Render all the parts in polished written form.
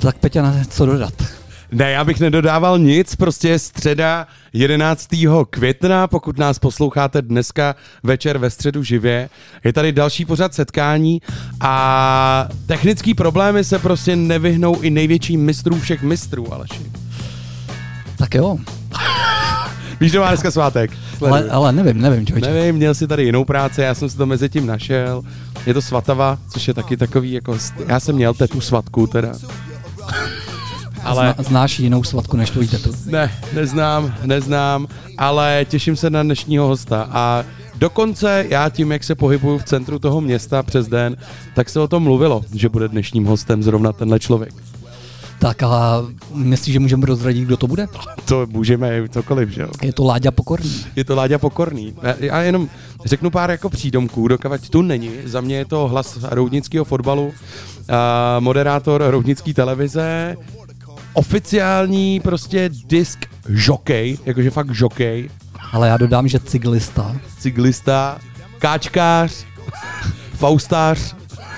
Tak Peťa, co dodat? Ne, já bych nedodával nic, prostě je středa 11. května, pokud nás posloucháte dneska večer ve středu živě. Je tady další pořad setkání a technický problémy se prostě nevyhnou i největším mistrům všech mistrů, Aleši. Tak jo. Víš, že má dneska svátek? Ale nevím, člověče. Nevím, měl si tady jinou práci, já jsem si to mezi tím našel. Je to svatava, což je taky takový, jako, já jsem měl tetu svatku teda. Ale znáš jinou svatku než tvojí tetu? Ne, neznám, ale těším se na dnešního hosta a dokonce já tím, jak se pohybuju v centru toho města přes den, tak se o tom mluvilo, že bude dnešním hostem zrovna tenhle člověk. Tak a myslíš, že můžeme prozradit, kdo to bude? To můžeme cokoliv, že jo? Je to Láďa Pokorný. Je to Láďa Pokorný. Já jenom řeknu pár jako přídomků, dokavať tu není. Za mě je to hlas roudnického fotbalu, moderátor roudnické televize, oficiální prostě disk žokej, jakože fakt žokej. Ale já dodám, že Cyklista, káčkář, faustář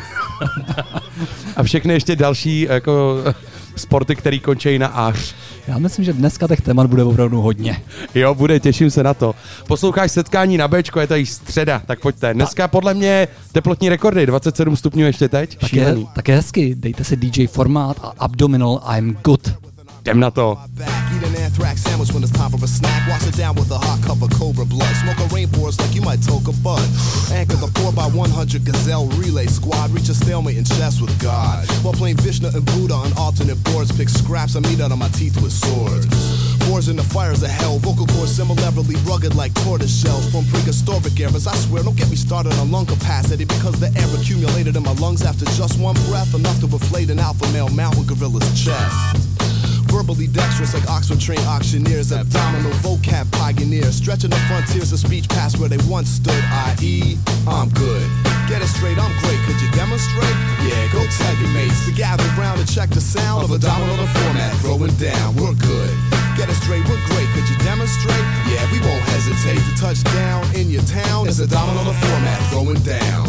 a všechny ještě další jako sporty, které končí na ář. Já myslím, že dneska těch témat bude opravdu hodně. Jo, bude, těším se na to. Posloucháš setkání na Bčko, je tady středa, tak pojďte. Dneska podle mě teplotní rekordy, 27 stupňů ještě teď. Tak je hezky, dejte si DJ Formát a Abdominal I'm Good. Jdem na to. Anthrax sandwich when it's time for a snack. Wash it down with a hot cup of Cobra blood. Smoke a rainforest like you might toke a bud. Anchor the 4x100 Gazelle relay squad. Reach a stalemate in chess with God. While playing Vishnu and Buddha on alternate boards. Pick scraps of meat out of my teeth with swords. Wars in the fires of hell. Vocal cords similarly rugged like tortoise shells. From prehistoric eras, I swear, don't get me started on lung capacity. Because the air accumulated in my lungs after just one breath. Enough to inflate an alpha male mountain gorilla's chest. Verbally dexterous like Oxford-trained auctioneers, abdominal vocab pioneers, stretching the frontiers of speech past where they once stood, i.e., I'm good. Get it straight, I'm great, could you demonstrate? Yeah, go tell your mates to gather round and check the sound of abdominal format, throwing down, we're good. Get it straight, we're great, could you demonstrate? Yeah, we won't hesitate to touch down in your town. It's abdominal format, throwing down.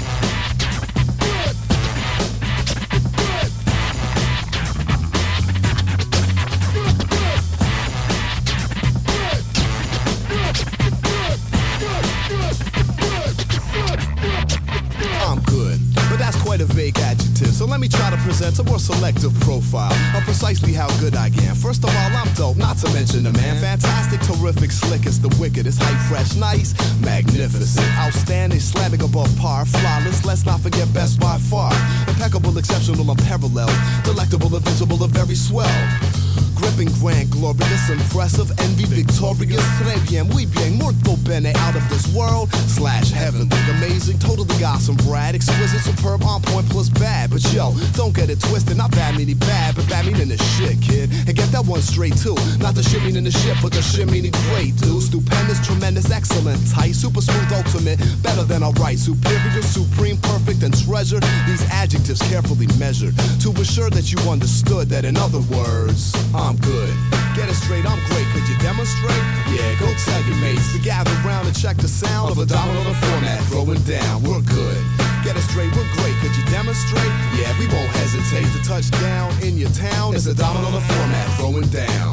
A vague adjective, so let me try to present a more selective profile of precisely how good I am. First of all, I'm dope, not to mention the man. Fantastic, terrific, slickest, the wickedest, hype, fresh, nice, magnificent, outstanding, slamming above par, flawless, let's not forget best by far. Impeccable, exceptional, unparalleled, delectable, invincible, and very swell. Gripping, grand, glorious, impressive, envy, victorious, très bien, muy bien, molto bene, out of this world, / heavenly, amazing, totally awesome, Brad, exquisite, superb, on point, plus bad, but yo, don't get it twisted, not bad meaning bad, but bad meaning the shit, kid, and get that one straight too, not the shit meaning the shit, but the shit meaning great, dude, stupendous, tremendous, excellent, tight, super smooth, ultimate, better than alright, superior, supreme, perfect, and treasured, these adjectives carefully measured, to assure that you understood that in other words, I'm good. Get it straight, I'm great. Could you demonstrate? Yeah, go tell your mates to gather round and check the sound of abdominal format. Throwing down, we're good. Get it straight, we're great. Could you demonstrate? Yeah, we won't hesitate to touch down in your town. It's abdominal format. Throwing down.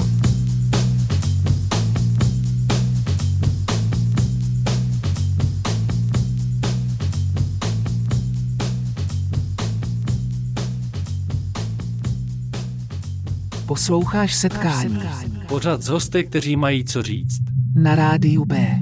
Posloucháš setkání. Pořad s hosty, kteří mají co říct. Na rádiu B.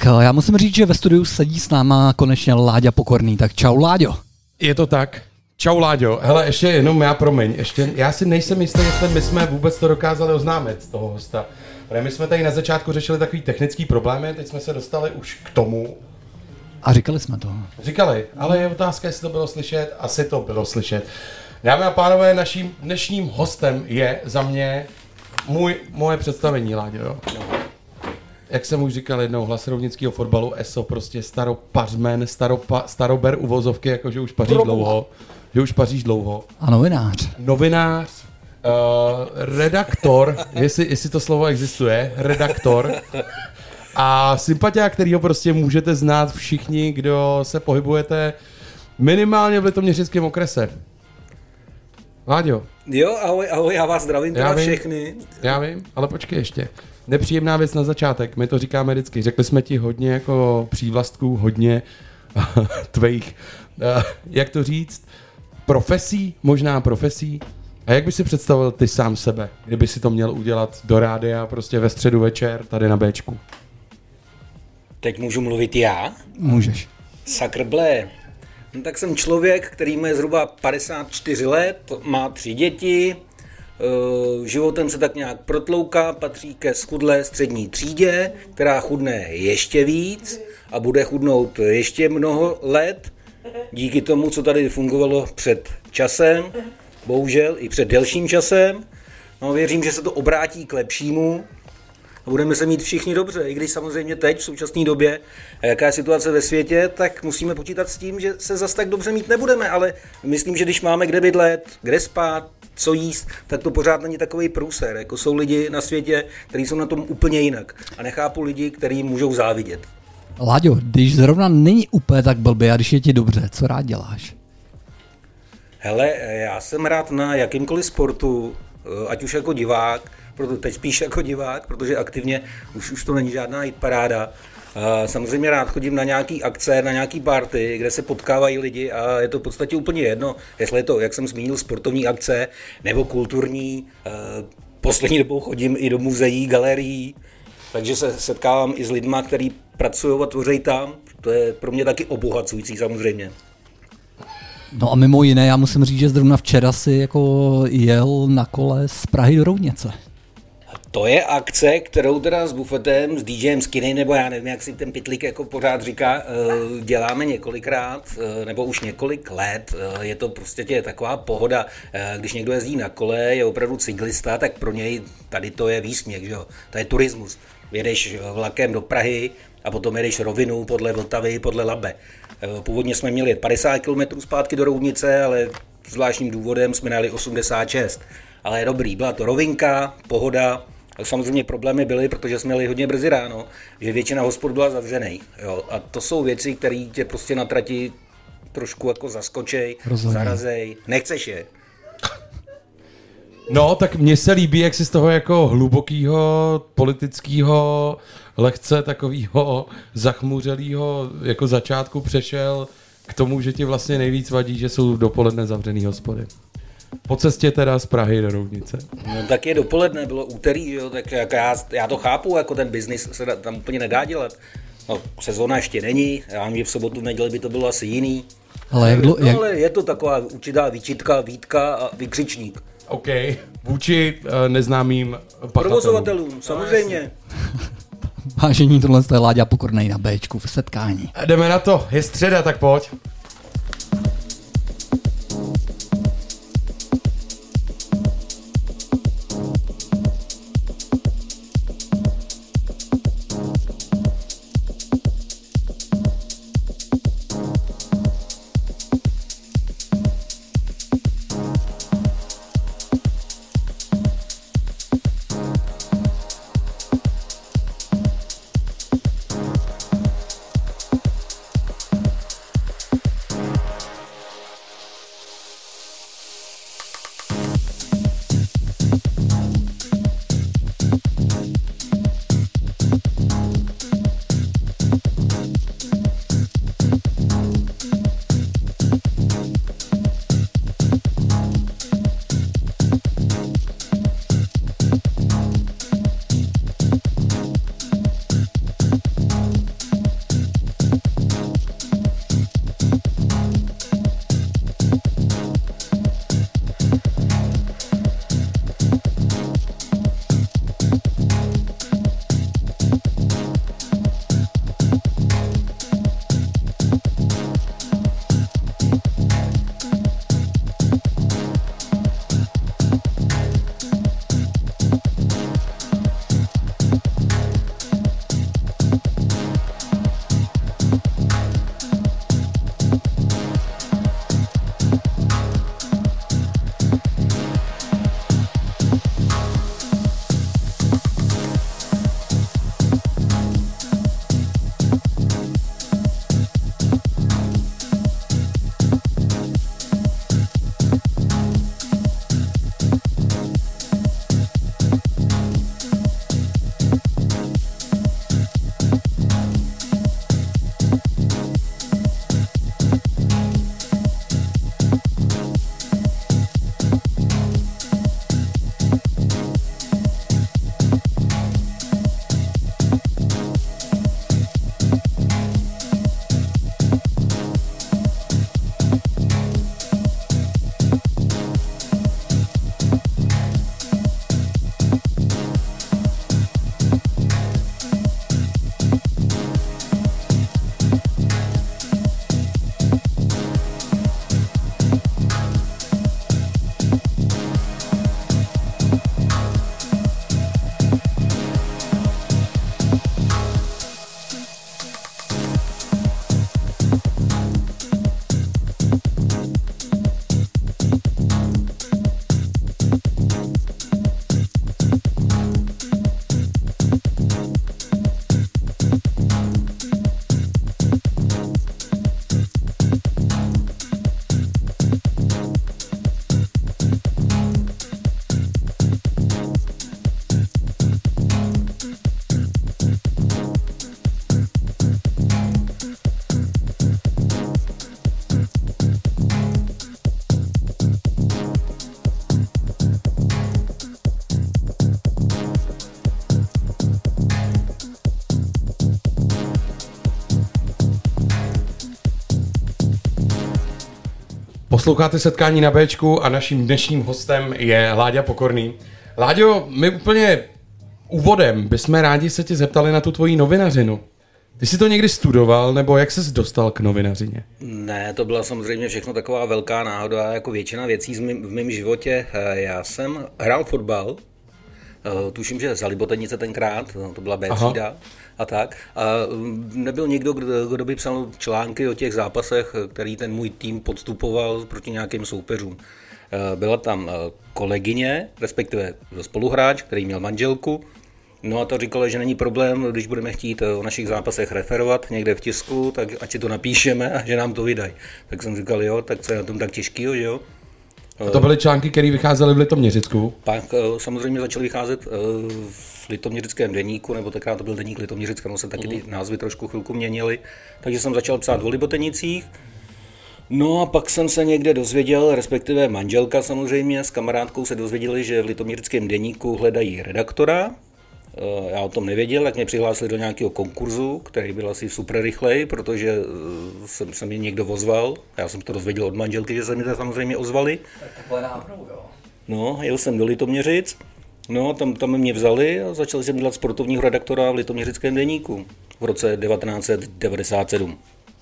já musím říct, že ve studiu sedí s náma konečně Láďa Pokorný, tak čau Láďo. Je to tak. Čau Láďo. Hele, ještě jenom já si nejsem jistý, jestli my jsme vůbec to dokázali oznámit, toho hosta. Protože my jsme tady na začátku řešili takový technický problémy, teď jsme se dostali už k tomu. A říkali jsme to. Říkali, ale je otázka, jestli to bylo slyšet, asi to bylo slyšet. Dámy a pánové, naším dnešním hostem je za mě moje představení, Láďo, jo. Jak jsem už říkal jednou, hlas roudnického fotbalu, ESO, prostě staropařmen, starober uvozovky, jakože už paříš dlouho. A novinář. Novinář, redaktor, jestli to slovo existuje, redaktor a sympatiák, kterýho prostě můžete znát všichni, kdo se pohybujete minimálně v litoměřickém okrese. Láďo. Jo, ahoj, já vás zdravím teda všechny. Já vím, ale počkej ještě. Nepříjemná věc na začátek, my to říkáme vždycky. Řekli jsme ti hodně jako přívlastků, hodně tvých, jak to říct, možná profesí. A jak by si představil ty sám sebe, kdyby si to měl udělat do rádia prostě ve středu večer tady na Bčku? Teď můžu mluvit já? Můžeš. Sakrble. No, tak jsem člověk, který má zhruba 54 let, má 3 děti, životem se tak nějak protlouká, patří ke schudlé střední třídě, která chudne ještě víc a bude chudnout ještě mnoho let, díky tomu, co tady fungovalo před časem, bohužel i před delším časem. No, věřím, že se to obrátí k lepšímu a budeme se mít všichni dobře, i když samozřejmě teď v současné době, jaká je situace ve světě, tak musíme počítat s tím, že se zas tak dobře mít nebudeme, ale myslím, že když máme kde bydlet, kde spát, co jíst, tak to pořád není takový průser, jako jsou lidi na světě, kteří jsou na tom úplně jinak a nechápu lidi, kteří můžou závidět. Láďo, když zrovna není úplně tak blbě a když je ti dobře, co rád děláš? Hele, já jsem rád na jakýmkoliv sportu, ať už jako divák, proto teď spíš jako divák, protože aktivně už to není žádná hitparáda. Samozřejmě rád chodím na nějaký akce, na nějaký party, kde se potkávají lidi a je to v podstatě úplně jedno, jestli je to, jak jsem zmínil, sportovní akce nebo kulturní. Poslední dobou chodím i do muzeí, galerií, takže se setkávám i s lidma, kteří pracují a tvoří tam. To je pro mě taky obohacující samozřejmě. No a mimo jiné, já musím říct, že zrovna včera si jako jel na kole z Prahy do Roudnice. To je akce, kterou teda s bufetem, s DJem Skinny, nebo já nevím, jak si ten pytlík jako pořád říká, děláme několikrát, nebo už několik let. Je to prostě taková pohoda. Když někdo jezdí na kole, je opravdu cyklista, tak pro něj tady to je výsměch, že jo? To je turismus. Jedeš vlakem do Prahy a potom jedeš rovinu podle Vltavy, podle Labe. Původně jsme měli 50 km zpátky do Roudnice, ale zvláštním důvodem jsme měli 86. Ale je dobrý, byla to rovinka, pohoda. Samozřejmě problémy byly, protože jsme měli hodně brzy ráno, že většina hospod byla zavřenej. Jo? A to jsou věci, které tě prostě na trati trošku jako zaskočej, zarazej. Nechceš je. No, tak mně se líbí, jak si z toho jako hlubokýho politického, lehce takového zachmuřelého jako začátku přešel k tomu, že ti vlastně nejvíc vadí, že jsou dopoledne zavřený hospody. Po cestě teda z Prahy do Roudnice. No tak je dopoledne, bylo úterý, že jo, tak já to chápu, jako ten biznis se tam úplně nedá dělat. No, sezóna ještě není, já vím, že v sobotu, v neděli by to bylo asi jiný. Ale, ale je to taková určitá výčitka, výtka a vykřičník. OK, vůči neznámým pachatelům. Provozovatelům, samozřejmě. Vážení, tohle je Láďa Pokornej na Bčku v setkání. Jdeme na to, je středa, tak pojď. Posloucháte Setkání na Béčku a naším dnešním hostem je Láďa Pokorný. Láďo, my úplně úvodem bychom rádi se tě zeptali na tu tvoji novinařinu. Ty jsi to někdy studoval, nebo jak ses dostal k novinařině? Ne, to byla samozřejmě všechno taková velká náhoda, jako většina věcí v mém životě. Já jsem hrál fotbal, tuším, že za Libotenice tenkrát, to byla B třída a tak. A nebyl nikdo, kdo by psal články o těch zápasech, který ten můj tým podstupoval proti nějakým soupeřům. Byla tam kolegyně, respektive spoluhráč, který měl manželku. No a to říkala, že není problém, když budeme chtít o našich zápasech referovat někde v tisku, tak ať si to napíšeme a že nám to vydají. Tak jsem říkal, jo, tak co je na tom tak těžkýho, že jo? A to byly články, které vycházely v Litoměřicku? Pak samozřejmě začaly vycházet v Litoměřickém deníku, nebo tenkrát to byl deník Litoměřická, no se taky ty názvy trošku chvilku měnily, takže jsem začal psát o Libotenicích. No a pak jsem se někde dozvěděl, respektive manželka samozřejmě, s kamarádkou se dozvěděli, že v Litoměřickém deníku hledají redaktora. Já o tom nevěděl, tak mě přihlásili do nějakého konkurzu, který byl asi super rychlej, protože se mě někdo ozval. Já jsem to dozvěděl od manželky, že se mi to samozřejmě ozvali. Takhle náhodou, jo. No, jel jsem do Litoměřic, no, tam mě vzali a začal jsem dělat sportovního redaktora v Litoměřickém deníku v roce 1997.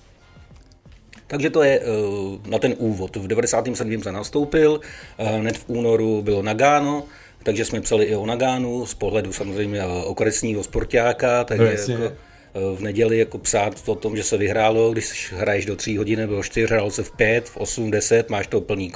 Takže to je na ten úvod. V 97. jsem nastoupil, hned v únoru bylo Nagano, takže jsme psali i o Nagánu, z pohledu samozřejmě okresního sportáka, takže jako v neděli jako psát o tom, že se vyhrálo, když hraješ do 3 hodin nebo 4, hrál se v 5, v 8, 10, máš to plný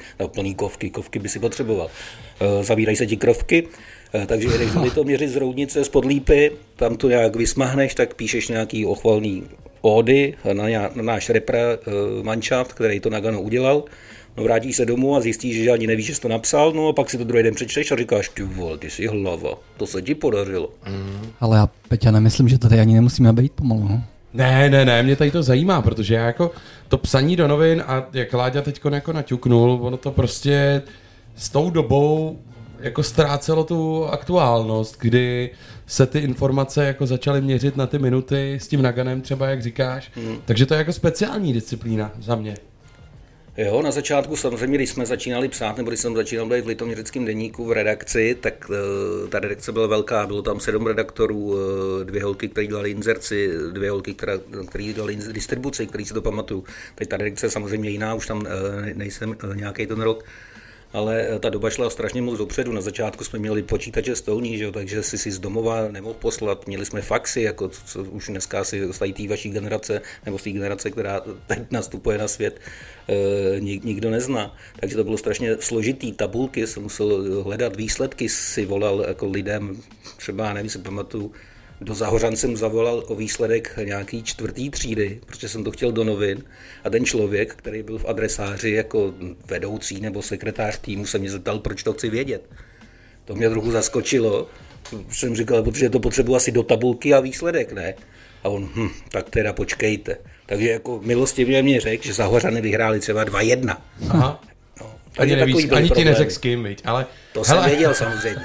kovky by si potřeboval. Zavírají se ti krovky, takže jedeš do Litoměřic z Roudnice, spod Lípy, tam to nějak vysmahneš, tak píšeš nějaký ochvalný ódy na náš manšaft, který to Nagano udělal. No vrátíš se domů a zjistíš, že ani nevíš, že jsi to napsal, no a pak si to druhý den přečteš a říkáš, ty vole, ty jsi hlava, to se ti podařilo. Ale já, Peťa, nemyslím, že tady ani nemusíme být pomalu. No? Ne, mě tady to zajímá, protože já jako to psaní do novin a jak Láďa teďko jako naťuknul, ono to prostě s tou dobou jako ztrácelo tu aktuálnost, kdy se ty informace jako začaly měřit na ty minuty s tím Naganem třeba, jak říkáš. Takže to je jako speciální disciplína za mě. Jo, na začátku samozřejmě, když jsme začínali psát, nebo když jsem začínal být v Litoměřickém deníku v redakci, tak ta redakce byla velká, bylo tam 7 redaktorů, 2 holky, které dělali inzerci, 2 holky, které dělali distribuci, který si to pamatuju. Teď ta redakce je samozřejmě jiná, už tam nejsem nějaký ten rok, ale ta doba šla strašně moc dopředu. Na začátku jsme měli počítače stolní, že jo, takže si z domova nemohl poslat. Měli jsme faxy, jako co už dneska si z té vaší generace, nebo z té generace, která teď nastupuje na svět, nikdo nezná. Takže to bylo strašně složitý. Tabulky jsem musel hledat, výsledky si volal jako lidem, třeba nevím, si pamatuju, do Zahořan jsem zavolal o výsledek nějaký 4. třídy, protože jsem to chtěl do novin a ten člověk, který byl v adresáři jako vedoucí nebo sekretář týmu, se mě zeptal, proč to chci vědět. To mě trochu zaskočilo, jsem říkal, protože to potřebuji asi do tabulky a výsledek, ne? A on, tak teda počkejte. Takže jako milostivě mě řekl, že Zahořany vyhráli třeba 2-1. Aha. No, ani nevíš, ani ti neřekl s kým, viď? Ale... To jsem věděl samozřejmě.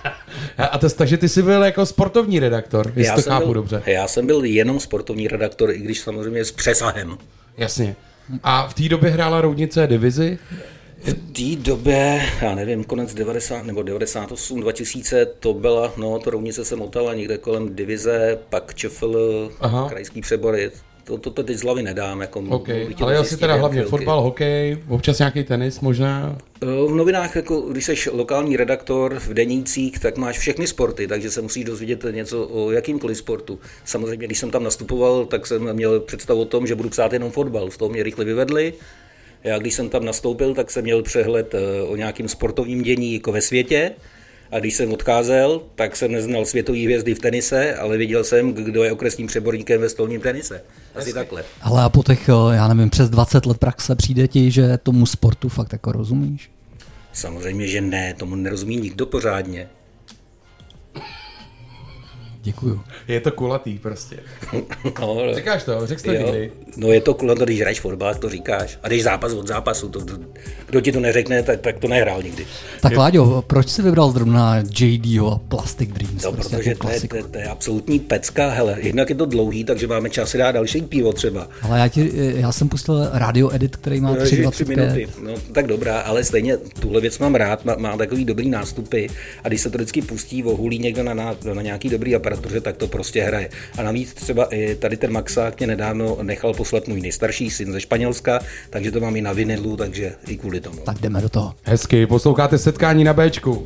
Takže ty jsi byl jako sportovní redaktor, jestli to chápu dobře. Já jsem byl jenom sportovní redaktor, i když samozřejmě s přesahem. Jasně. A v té době hrála Roudnice divizi? V té době, já nevím, konec 90 nebo 98, 2000, to byla, no, to Roudnice se motala někde kolem divize, pak ČFL, krajský přebory. To teď z hlavy nedám. Jako ale asi teda hlavně fotbal, hokej, občas nějaký tenis možná? V novinách, jako, když jsi lokální redaktor v denících, tak máš všechny sporty, takže se musíš dozvědět něco o jakýmkoliv sportu. Samozřejmě, když jsem tam nastupoval, tak jsem měl představu o tom, že budu psát jenom fotbal. Z toho mě rychle vyvedli. Já když jsem tam nastoupil, tak jsem měl přehled o nějakým sportovním dění jako ve světě. A když jsem odcházel, tak jsem neznal světové hvězdy v tenise, ale viděl jsem, kdo je okresním přeborníkem ve stolním tenise. Asi takhle. Ale a po těch, já nevím, přes 20 let praxe přijde ti, že tomu sportu fakt jako rozumíš? Samozřejmě, že ne, tomu nerozumí nikdo pořádně. Děkuju. Je to kulatý prostě. No, Říkáš to, řekl jsi to někdy. No je to kulatý, když hraješ fotbal, to říkáš. A když zápas od zápasu, kdo ti to neřekne, tak to nehrál nikdy. Tak Láďo, proč jsi vybral zrovna JDho a Plastic Dreams? No, prostě protože jako klasiku? to je absolutní pecka, hele, jednak je to dlouhý, takže máme čas si dát další pivo třeba. Ale já jsem pustil radio edit, který má 3:25. minuty. No, tak dobrá, ale stejně tuhle věc mám rád, má takový dobrý nástupy a když se to vždycky pustí, ohulí někdo na nějaký dobrý aparatuře, tak to prostě hraje. A navíc třeba i tady ten Maxák mě nedávno nechal poslat můj nejstarší syn ze Španělska, takže to mám i na vinilu, takže i kvůli tomu. Tak jdeme do toho. Hezky, posloucháte Setkání na Bčku.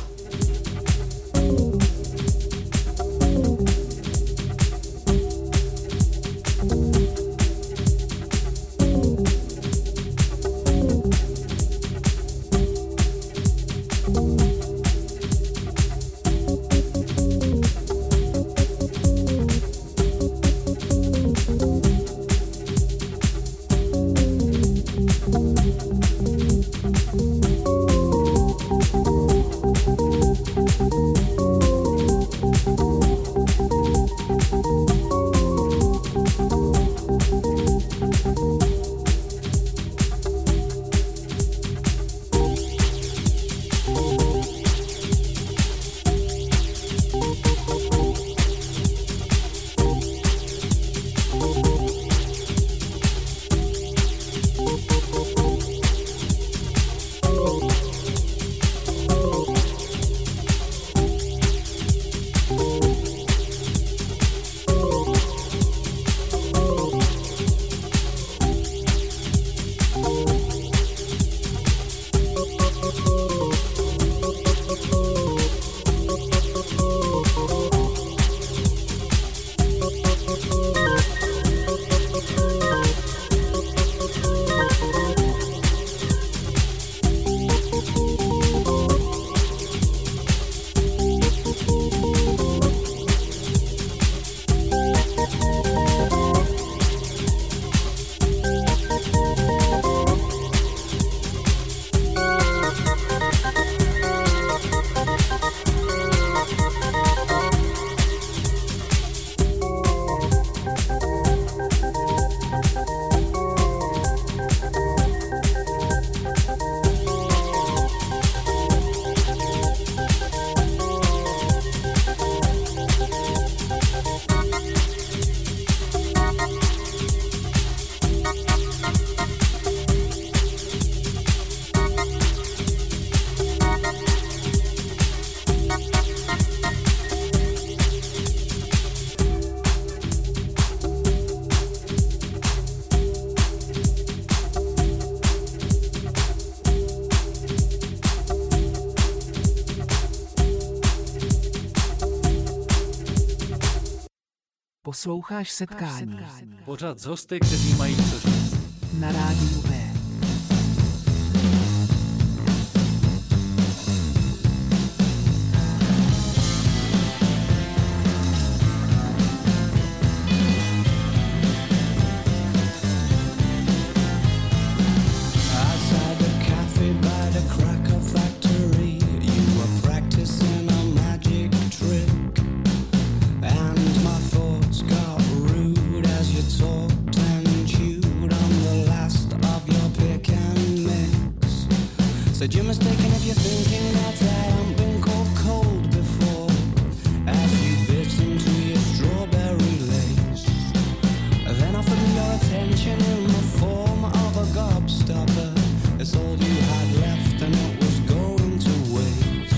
Posloucháš Setkání Pořad s hosty, kteří mají co říct. na rádiu B. Said you're mistaken if you're thinking that I haven't been cold before. As you bit into your strawberry lace, then offered me your attention in the form of a gobstopper. It's all you had left and it was going to waste.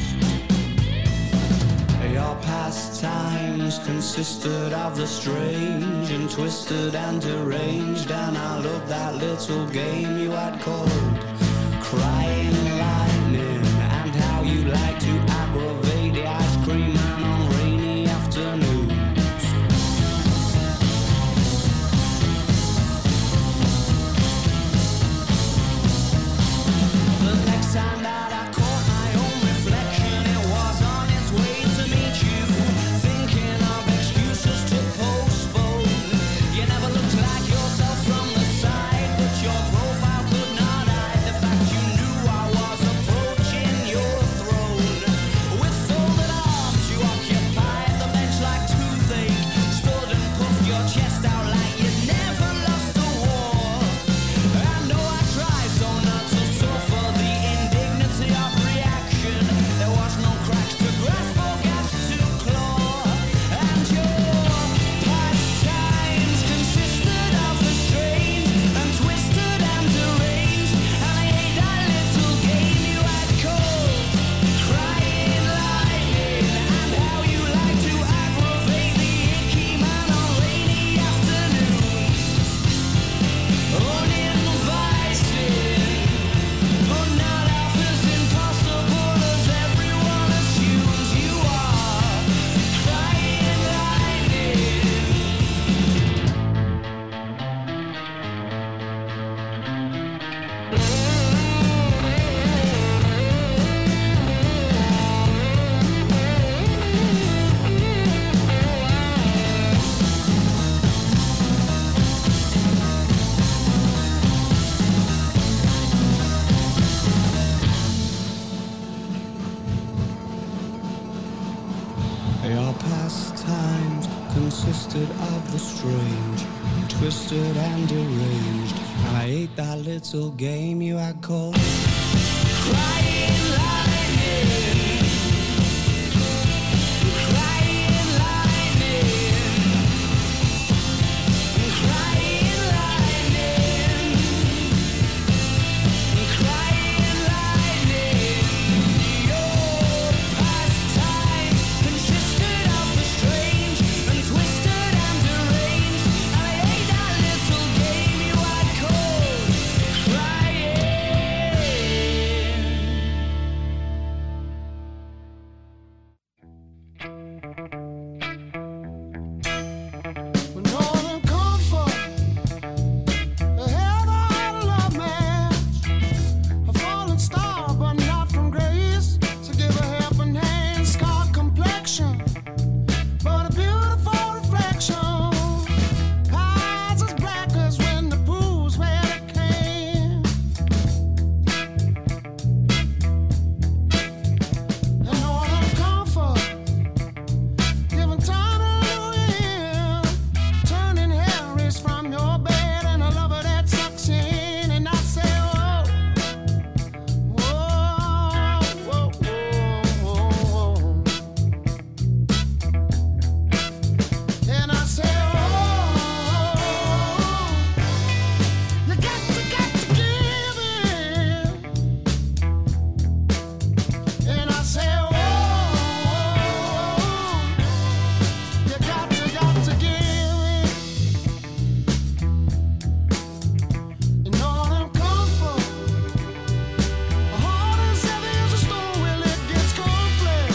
Your pastimes consisted of the strange and twisted and deranged, and I loved that little game you had called Crying Lightning, and how you like to aggravate the ice cream man on rainy afternoons. The next time that I caught my own reflection, it was on its way to meet you, thinking of excuses to postpone. You never looked like yourself from the side, but your profile could not hide the fact you knew I was tasted of the strange, and twisted and deranged, and I ate that little game you had called Crying Lightning. Crying Lightning. Crying Lightning. Crying Lightning. Your pastimes consisted of the strange and twisted and deranged, and I ate that little game you had called Crying. When Northern Comfort, the head of a love match, a fallen star, but not from grace. So give a helping hand, scarred complexion, but a beautiful reflection. Eyes as black as when the pool's where it came. And Northern Comfort, giving time to in, turning Harris from your bed, and a lover that sucks in, and I say, whoa, whoa, whoa, whoa, whoa. And I say, oh, you got to give in. And I say, oh, you got to give in. In Northern Comfort, a heart as heavy as a stone when it gets complex.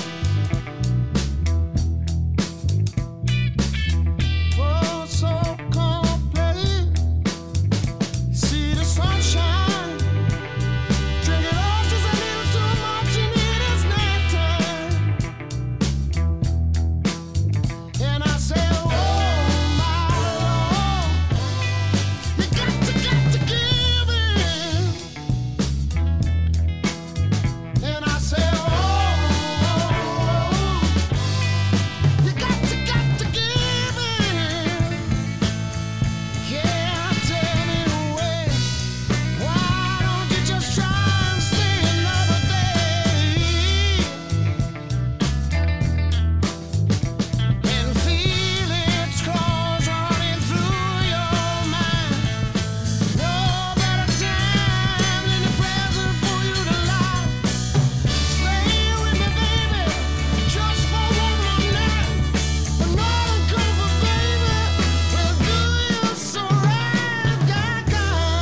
Oh, so complex. See the sunshine, drink it all just a little too much, and it is nighttime. And I say, oh my Lord, you got to give in. And I say, oh, you got to give in. Yeah, turn it away. Why don't you just try and stay another day and feel its claws running through your mind? No better time than the present for you to lie. Stay with me, baby, just for one more night. Another comfort, baby, will do you so right, God.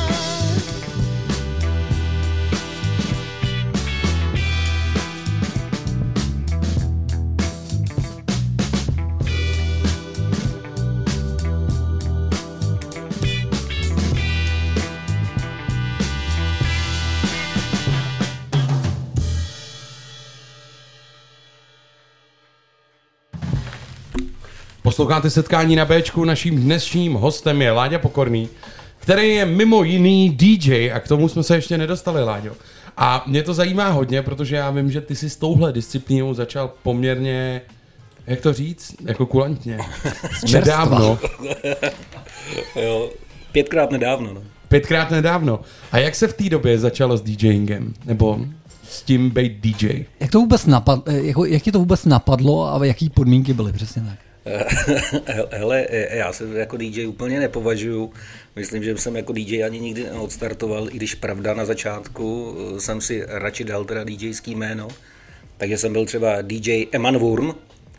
Posloucháte Setkání na Bčku, naším dnešním hostem je Láďa Pokorný, který je mimo jiný DJ a k tomu jsme se ještě nedostali, Láďo. A mě to zajímá hodně, protože já vím, že ty jsi s touhle disciplínou začal poměrně, jak to říct, jako kulantně. Nedávno. Jo, 5krát nedávno. No. 5krát nedávno. A jak se v té době začalo s DJingem? Nebo s tím být DJ? Jak ti to vůbec napadlo a jaký podmínky byly přesně tak? Hele, já se jako DJ úplně nepovažuju. Myslím, že jsem jako DJ ani nikdy neodstartoval, i když pravda na začátku jsem si radši dal teda DJský jméno. Takže jsem byl třeba DJ Eman Wurm.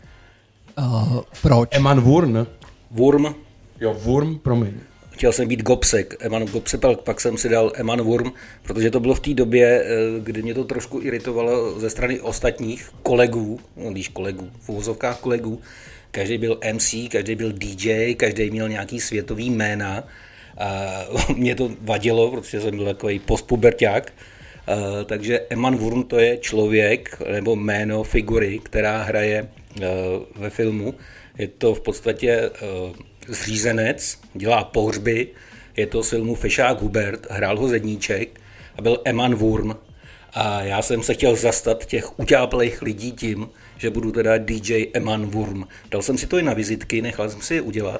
Proč? Eman Wurm? Wurm. Jo, Wurm, promiň. Chtěl jsem být Gopsek, Eman Gopsek, pak jsem si dal Eman Wurm, protože to bylo v té době, kdy mě to trošku iritovalo ze strany ostatních kolegů, když kolegů, v uvozovkách kolegů, každý byl MC, každý byl DJ, každý měl nějaký světový jména a mě to vadilo, protože jsem byl takový postpuberťák, takže Eman Wurm to je člověk nebo jméno figury, která hraje ve filmu. Je to v podstatě zřízenec, dělá pohřby, je to z filmu Fešák Hubert, hrál ho Zedníček a byl Eman Wurm. A já jsem se chtěl zastat těch utáplejch lidí tím, že budu teda DJ Eman Wurm. Dal jsem si to i na vizitky, nechal jsem si je udělat.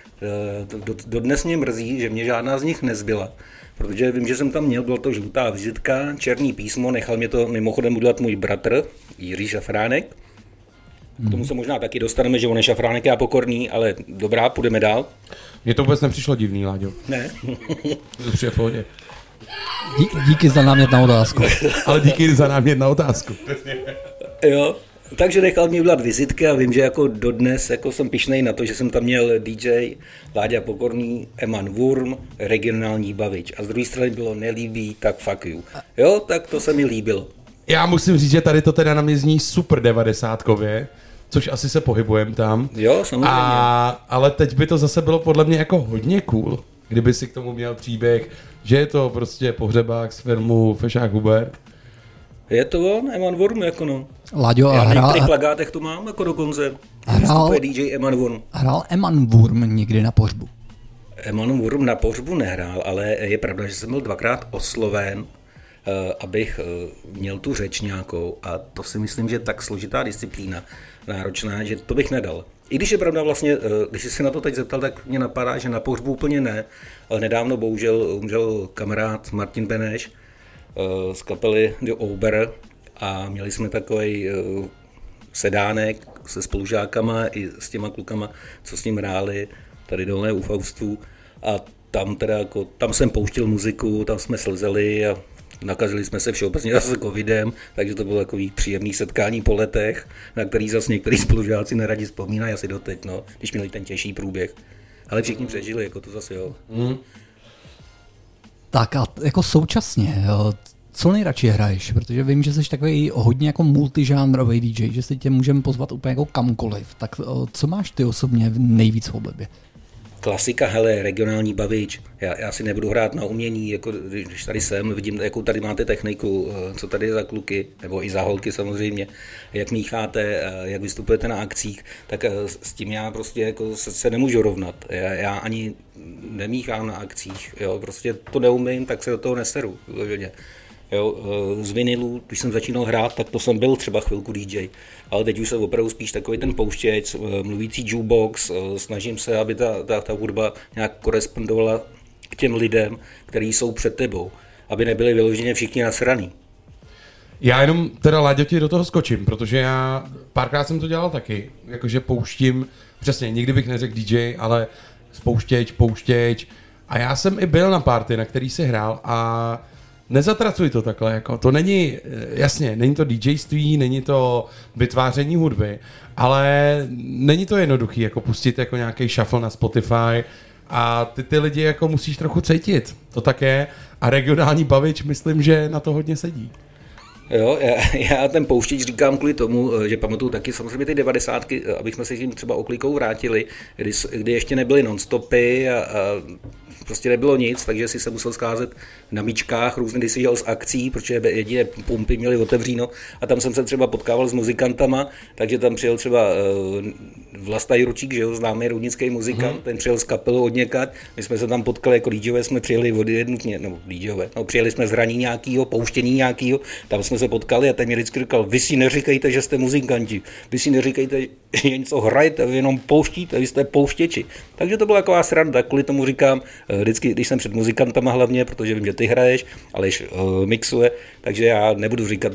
Dodnes mě mrzí, že mě žádná z nich nezbyla, protože vím, že jsem tam měl, byla to žlutá vizitka, černý písmo, nechal mě to mimochodem udělat můj bratr Jiří Šafránek. K tomu se možná taky dostaneme, že on je Šafránek, já Pokorný, ale dobrá, půjdeme dál. Mně to vůbec nepřišlo divný, Láďo. Ne. To je v pohodě. Díky za námět na otázku. Ale díky za námět na otázku. Jo, takže nechal mě udělat vizitky a vím, že jako dodnes jako jsem pyšnej na to, že jsem tam měl DJ Láďa Pokorný, Eman Wurm, regionální bavič. A z druhé strany bylo nelíbí, tak fuck you. Jo, tak to se mi líbilo. Já musím říct, že tady to teda na mě zní super 90kově, což asi se pohybujeme tam. Jo, samozřejmě. Ale teď by to zase bylo podle mě jako hodně cool, kdyby si k tomu měl příběh, že je to prostě pohřebák z filmu Fešák Hubert. Je to on, Eman Wurm, jako no. Láďo, Já na hrál, některých plakátech to mám jako dokonce. Hrál- DJ Eman Wurm. hrál Eman Wurm někdy na pohřbu? Eman Wurm na pohřbu nehrál, ale je pravda, že jsem byl dvakrát osloven, abych měl tu řeč nějakou, a to si myslím, že je tak složitá disciplína, náročná, že to bych nedal. I když je pravda vlastně, když jsi se na to teď zeptal, tak mě napadá, že na pohřbu úplně ne, ale nedávno bohužel umřel kamarád Martin Beneš z kapely The Ober a měli jsme takový sedánek se spolužákama i s těma klukama, co s ním hráli tady dole u Faustů, a tam teda jako, tam jsem pouštěl muziku, tam jsme slzeli a nakazili jsme se všeobecně zase covidem, takže to bylo takový příjemný setkání po letech, na který zase některý spolužáci neradi vzpomínají asi doteď, no, když měli ten těžší průběh. Ale všichni přežili, jako to zase jo. Tak a jako současně, jo, co nejradši hraješ? Protože vím, že jsi takový hodně jako multižánrový DJ, že si tě můžeme pozvat úplně jako kamkoliv. Tak co máš ty osobně nejvíc v oblibě? Klasika, hele, regionální bavič. Já si nebudu hrát na umění, jako když tady jsem, vidím, jakou tady máte techniku, co tady je za kluky, nebo i za holky samozřejmě, jak mícháte, jak vystupujete na akcích, tak s tím já prostě jako se nemůžu rovnat. Já ani nemíchám na akcích, jo, prostě to neumím, tak se do toho neseru. Jo, z vinilu, když jsem začínal hrát, tak to jsem byl třeba chvilku DJ, ale teď už jsem opravdu spíš takový ten pouštěč, mluvící jukebox, snažím se, aby ta hudba nějak korespondovala k těm lidem, kteří jsou před tebou, aby nebyli vyloženě všichni nasraný. Já jenom teda, Láďo, ti do toho skočím, protože já párkrát jsem to dělal taky, jakože pouštím, přesně, nikdy bych neřekl DJ, ale pouštěč a já jsem i byl na party, na který si hrál a nezatracuj to takhle, jako to není, jasně, není to DJství, není to vytváření hudby, ale není to jednoduchý, jako pustit jako nějaký shuffle na Spotify a ty lidi jako musíš trochu cítit, to tak je, a regionální bavič myslím, že na to hodně sedí. Jo, já ten pouštěč říkám kvůli tomu, že pamatuju taky samozřejmě ty 90ky, abychom se tím třeba oklikou vrátili, kdy ještě nebyly non-stopy a prostě nebylo nic, takže si se musel scházet na míčkách, různě, když si jel z akcí, protože jediné pumpy měly otevříno a tam jsem se třeba potkával s muzikantama, takže tam přijel třeba Vlasta Juročík, že jo, známý roudnický muzikant, ten přijel z kapelu odněkat, my jsme se tam potkali jako DJové, jsme přijeli od jednotně, nebo DJové, no, přijeli jsme z hraní nějakýho, pouštění nějakýho, tam jsme se potkali a ten mě vždycky říkal, vy si neříkejte, že jste muzikanti, vy si neříkejte, že něco hrajete, vy jenom pouštíte, vy jste pouštěči. Takže to byla taková sranda, kvůli tomu říkám, vždycky, když jsem před muzikantama hlavně, protože vím, že ty hraješ, ale mixuje, takže já nebudu říkat,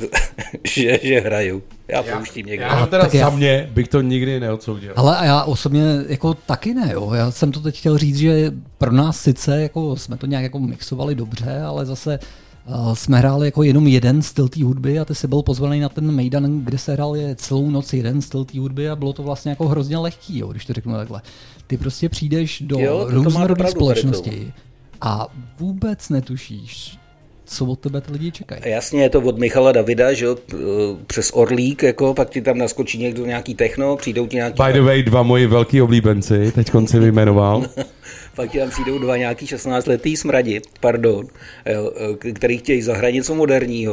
že hraju. Já pouštím někde. Já teda za mě bych to nikdy neodsoudil. Ale já osobně jako taky ne, jo. Já jsem to teď chtěl říct, že pro nás sice jako jsme to nějak jako mixovali dobře, ale zase jsme hráli jako jenom jeden styl té hudby a ty jsi byl pozvaný na ten mejdan, kde se hrál celou noc jeden styl té hudby a bylo to vlastně jako hrozně lehký, jo, když to řeknu takhle. Ty prostě přijdeš do různorodé společnosti a vůbec netušíš, co od tebe ty lidi čekají. Jasně, je to od Michala Davida, že jo, přes Orlík, jako, pak ti tam naskočí někdo nějaký techno, přijdou ti nějaký... By the way, 2 moji velký oblíbenci, teď konci vyjmenoval. Pak ti tam přijdou 2 nějaký 16letý smradi, pardon, jo, který chtějí zahrát něco moderního.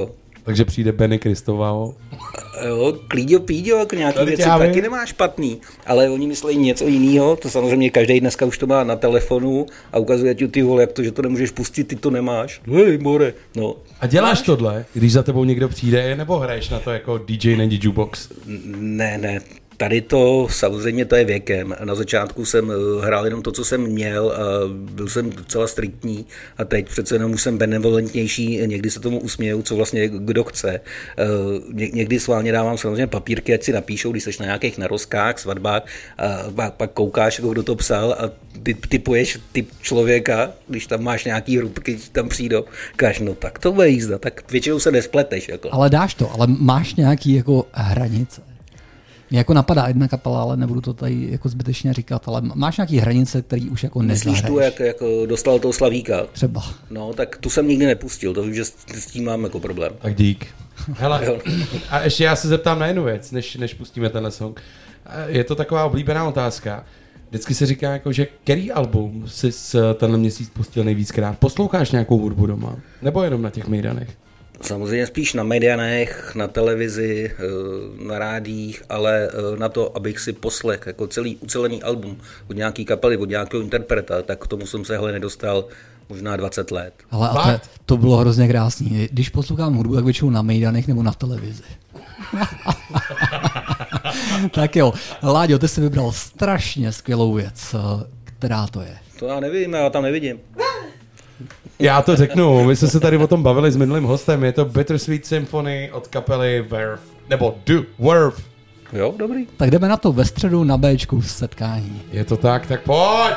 Takže přijde Benny Kristoval. Jo, Klíďo Píďo, jako nějaký Tady věci já taky vím. nemá špatný, ale oni myslí něco jiného, to samozřejmě každý dneska už to má na telefonu a ukazuje ti ty vole, jak to, že to nemůžeš pustit, ty to nemáš. Hej, more, no. A děláš tohle, když za tebou někdo přijde, nebo hraješ na to jako DJ na jukebox? Ne, tady to samozřejmě to je věkem. Na začátku jsem hrál jenom to, co jsem měl a byl jsem docela striktní a teď přece jenom už jsem benevolentnější, někdy se tomu usměju, co vlastně kdo chce. Někdy sválně dávám samozřejmě papírky, ať si napíšou, když seš na nějakých narozkách, svatbách a pak koukáš, jako kdo to psal a ty typuješ typ člověka, když tam máš nějaký hrubky, tam přijdou, káš, no tak to bude jízda, tak většinou se nespleteš. Jako. Ale dáš to, ale máš nějaký jako hranice. Mě jako napadá jedna kapela, ale nebudu to tady jako zbytečně říkat, ale máš nějaký hranice, který už jako nezahraješ. Myslíš tu, jak dostal toho Slavíka? Třeba. No, tak tu jsem nikdy nepustil, to vím, že s tím mám jako problém. Tak dík. Hele, a ještě já se zeptám na jednu věc, než pustíme tenhle song. Je to taková oblíbená otázka. Vždycky se říká, jako, že který album jsi tenhle měsíc pustil nejvíckrát? Posloucháš nějakou hudbu doma? Nebo jenom na těch mejdanech? Samozřejmě spíš na medianech, na televizi, na rádích, ale na to, abych si poslech jako celý ucelený album od nějaký kapely, od nějakého interpreta, tak k tomu jsem se nedostal možná 20 let. Ale a to bylo hrozně krásný. Když poslouchám hudbu, tak většinou na mejdanech nebo na televizi. Tak jo, Láďo, ty jsi vybral strašně skvělou věc. Která to je? To já nevím, já tam nevidím. Já to řeknu, my jsme se tady o tom bavili s minulým hostem, je to Bittersweet Symphony od kapely Verve, nebo The Verve. Jo, dobrý. Tak jdeme na to ve středu na Bčku v setkání. Je to tak pojď!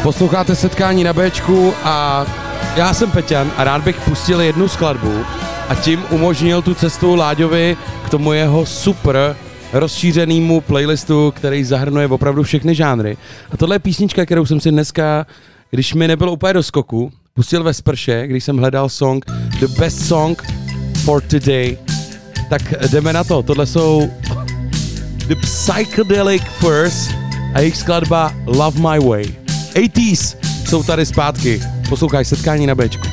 Posloucháte Setkání na Bčku a já jsem Peťan a rád bych pustil jednu skladbu a tím umožnil tu cestu Láďovi k tomu jeho super rozšířenému playlistu, který zahrnuje opravdu všechny žánry. A tohle je písnička, kterou jsem si dneska, když mi nebylo úplně do skoku, pustil ve sprše, když jsem hledal song The Best Song for Today. Tak jdeme na to. Tohle jsou The Psychedelic Furs a jejich skladba Love My Way. 80s jsou tady zpátky. Posloucháš Setkání na Bčku.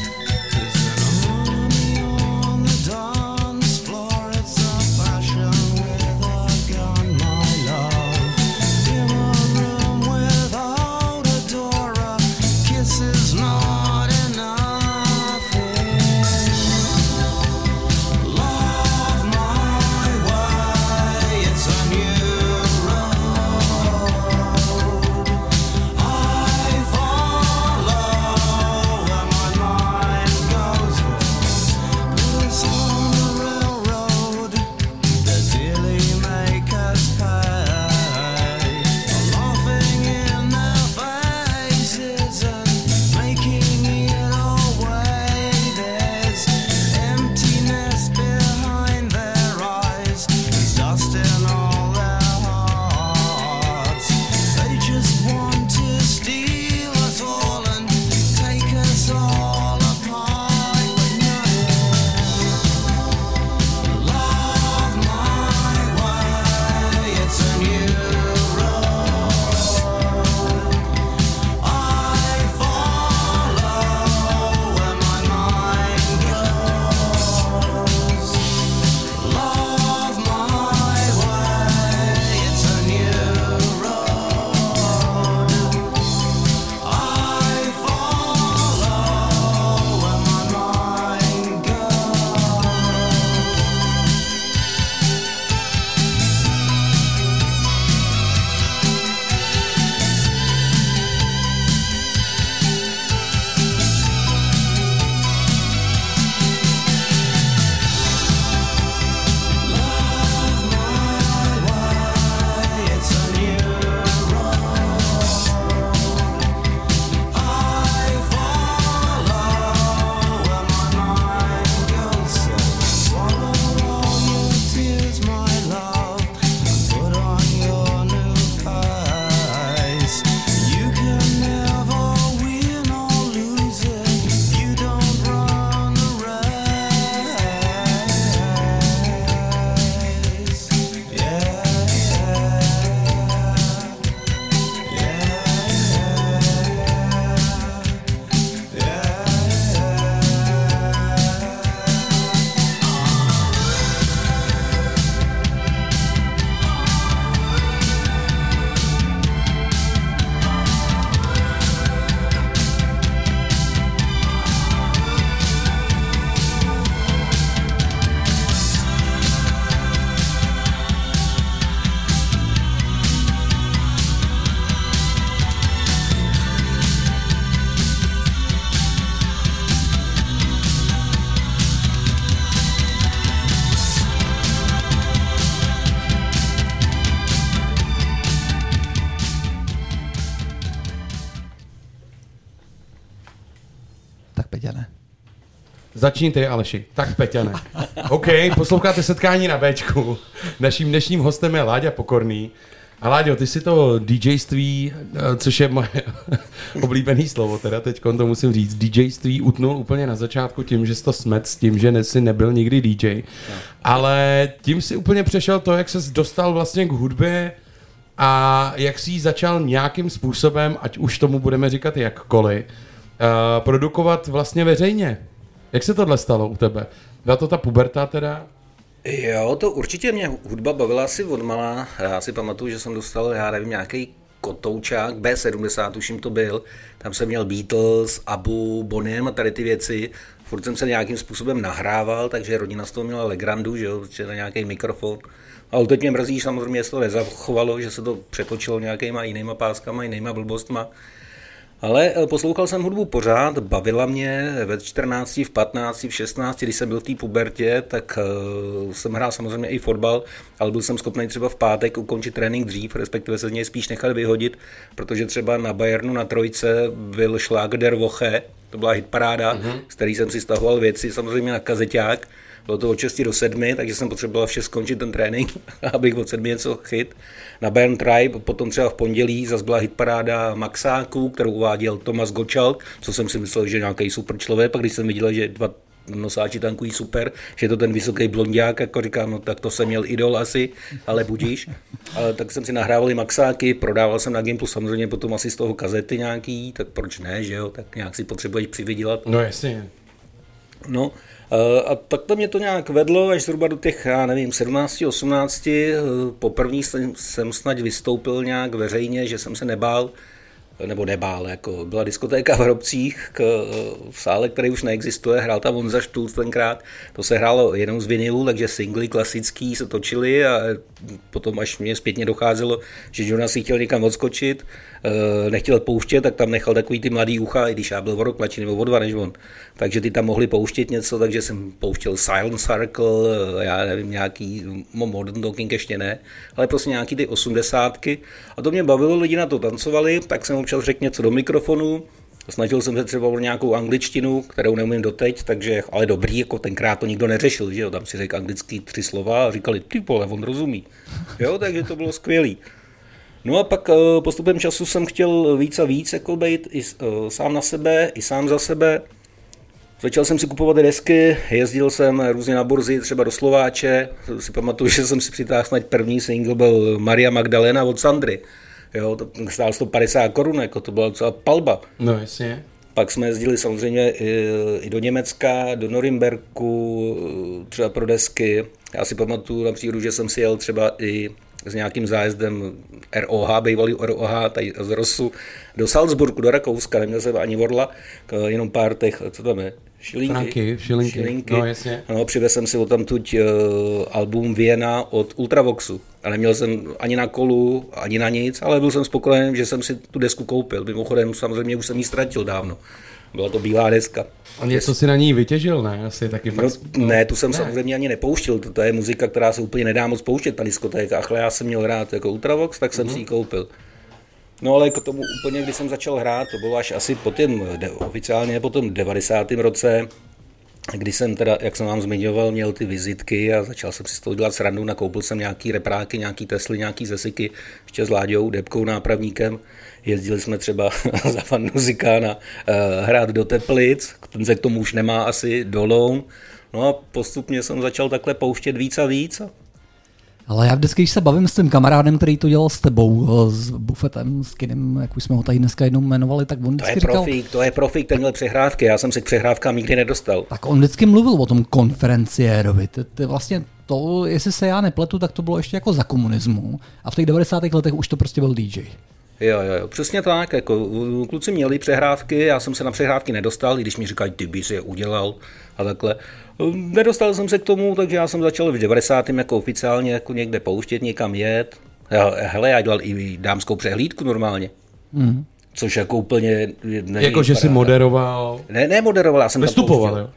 Začni ty, Aleši. Tak, Peťane. OK, posloucháte Setkání na Bčku. Naším dnešním hostem je Láďa Pokorný. A Láďo, ty si to DJství, což je moje oblíbený slovo, teda teď to musím říct, DJství utnul úplně na začátku tím, že jsi to smet s tím, že jsi nebyl nikdy DJ. No. Ale tím si úplně přešel to, jak ses dostal vlastně k hudbě a jak jsi ji začal nějakým způsobem, ať už tomu budeme říkat jakkoliv, produkovat vlastně veřejně. Jak se tohle stalo u tebe? Byla to ta puberta teda? Jo, to určitě mě hudba bavila asi odmala. Já si pamatuju, že jsem dostal, já nevím, nějaký kotoučák, B70 tuším to byl. Tam jsem měl Beatles, Abu, Boniem a tady ty věci. Furt jsem se nějakým způsobem nahrával, takže rodina z toho měla legrandu, že jo, na nějaký mikrofon. Ale teď mě mrzí, samozřejmě se to nezachovalo, že se to přetočilo nějakýma jinýma páskama, jinýma blbostma. Ale poslouchal jsem hudbu pořád, bavila mě ve 14, v 15, v 16, když jsem byl v té pubertě, tak jsem hrál samozřejmě i fotbal, ale byl jsem schopný třeba v pátek ukončit trénink dřív, respektive se z něj spíš nechat vyhodit, protože třeba na Bayernu na trojce byl Schlager der Woche, to byla hitparáda, z který jsem si stahoval věci, samozřejmě na kazeťák. Bylo to od 6 do 7, takže jsem potřeboval vše skončit ten trénink, abych od 7 něco chyt. Na Bayern Tribe potom třeba v pondělí zase byla hitparáda Maxáků, kterou uváděl Tomas Gottschalk, co jsem si myslel, že nějaký super člověk, pak když jsem viděl, že dva nosáči tankují super, že je to ten vysoký blondiák, jako říkám, no tak to jsem měl idol asi, ale budíš. Ale tak jsem si nahrával i Maxáky, prodával jsem na Gimplu samozřejmě potom asi z toho kazety nějaký, tak proč ne, že jo, tak nějak si potřebuješ přivydělat. No jasně. No, a tak to mě to nějak vedlo až zhruba do těch, já nevím, 17, 18. Poprvé jsem snad vystoupil nějak veřejně, že jsem se nebál, jako byla diskotéka v Hrobcích v sále, který už neexistuje, hrál tam Honza Štulc tenkrát, to se hrálo jenom z vinilu, takže singly klasický se točily a potom až mě zpětně docházelo, že Jonas si chtěl někam odskočit, nechtěl pouštět, tak tam nechal takový ty mladý ucha, i když já byl o rok mladší nebo o 2 než on, takže ty tam mohli pouštět něco, takže jsem pouštěl Silent Circle, já nevím, nějaký Modern Talking ještě ne, ale prostě nějaký ty 80. A to mě bavilo, lidi na to tancovali, tak jsem občas řekl něco do mikrofonu, snažil jsem se třeba o nějakou angličtinu, kterou neumím doteď, takže, ale dobrý, jako tenkrát to nikdo neřešil, že jo, tam si řekl anglicky 3 slova a říkali, ty vole, on rozumí, jo, takže to bylo skvělý. No a pak postupem času jsem chtěl víc a víc jako být i sám na sebe, i sám za sebe. Začal jsem si kupovat desky, jezdil jsem různě na burzy, třeba do Slováče, si pamatuju, že jsem si přitáhl snad první single, byl Maria Magdalena od Sandry. Jo, to stál 150 korun, jako to byla docela palba. No jasně. Pak jsme jezdili samozřejmě i do Německa, do Norimberku, třeba pro desky. Já si pamatuju například, že jsem si jel třeba i s nějakým zájezdem ROH, bývalý ROH, tady z Rosu, do Salzburgu, do Rakouska, neměl jsem ani Orla, jenom pár těch, co tam je, šilinky. No jasně. No, přivez jsem si odtamtud album Vienna od Ultravoxu a neměl jsem ani na kolu, ani na nic, ale byl jsem spokojený, že jsem si tu desku koupil. Mimochodem samozřejmě už jsem ji ztratil dávno. Byla to bílá deska. A něco si na ní vytěžil, ne? Asi taky ne, tu jsem samozřejmě ani nepouštěl. To je muzika, která se úplně nedá moc pouštět na diskotékách, ale já jsem měl rád jako Ultravox, tak jsem si ji koupil. No ale k tomu úplně, když jsem začal hrát, to bylo až asi oficiálně po tom 90. roce, kdy jsem teda, jak jsem vám zmiňoval, měl ty vizitky a začal jsem si z toho dělat srandu, nakoupil jsem nějaký repráky, nějaký Tesly, nějaký Zesiky, ještě s Láďou, Debkou, nápravníkem. Jezdili jsme třeba za Fan Muzikána hrát do Teplic, ten se k tomu už nemá asi dolů. No a postupně jsem začal takhle pouštět víc a víc. Ale já vždycky, když se bavím s tím kamarádem, který to dělal s tebou, s Buffetem, s Kinem, jak už jsme ho tady dneska jednou jmenovali, tak on vždycky říkal... To je profík, ten měl přehrávky, já jsem se k přehrávkám nikdy nedostal. Tak on vždycky mluvil o tom konferenciérovi. Ty vlastně to, jestli se já nepletu, tak to bylo ještě jako za komunismu a v těch 90. letech už to prostě byl DJ. Jo, přesně tak, jako kluci měli přehrávky, já jsem se na přehrávky nedostal, i když mi říkají, ty bys je udělal a takhle. Nedostal jsem se k tomu, takže já jsem začal v 90. jako oficiálně jako někde pouštět, někam jet. Já dělal i dámskou přehlídku normálně. Což jako úplně... Jako, že jsi moderoval... Ne, moderoval, já jsem vystupoval, tam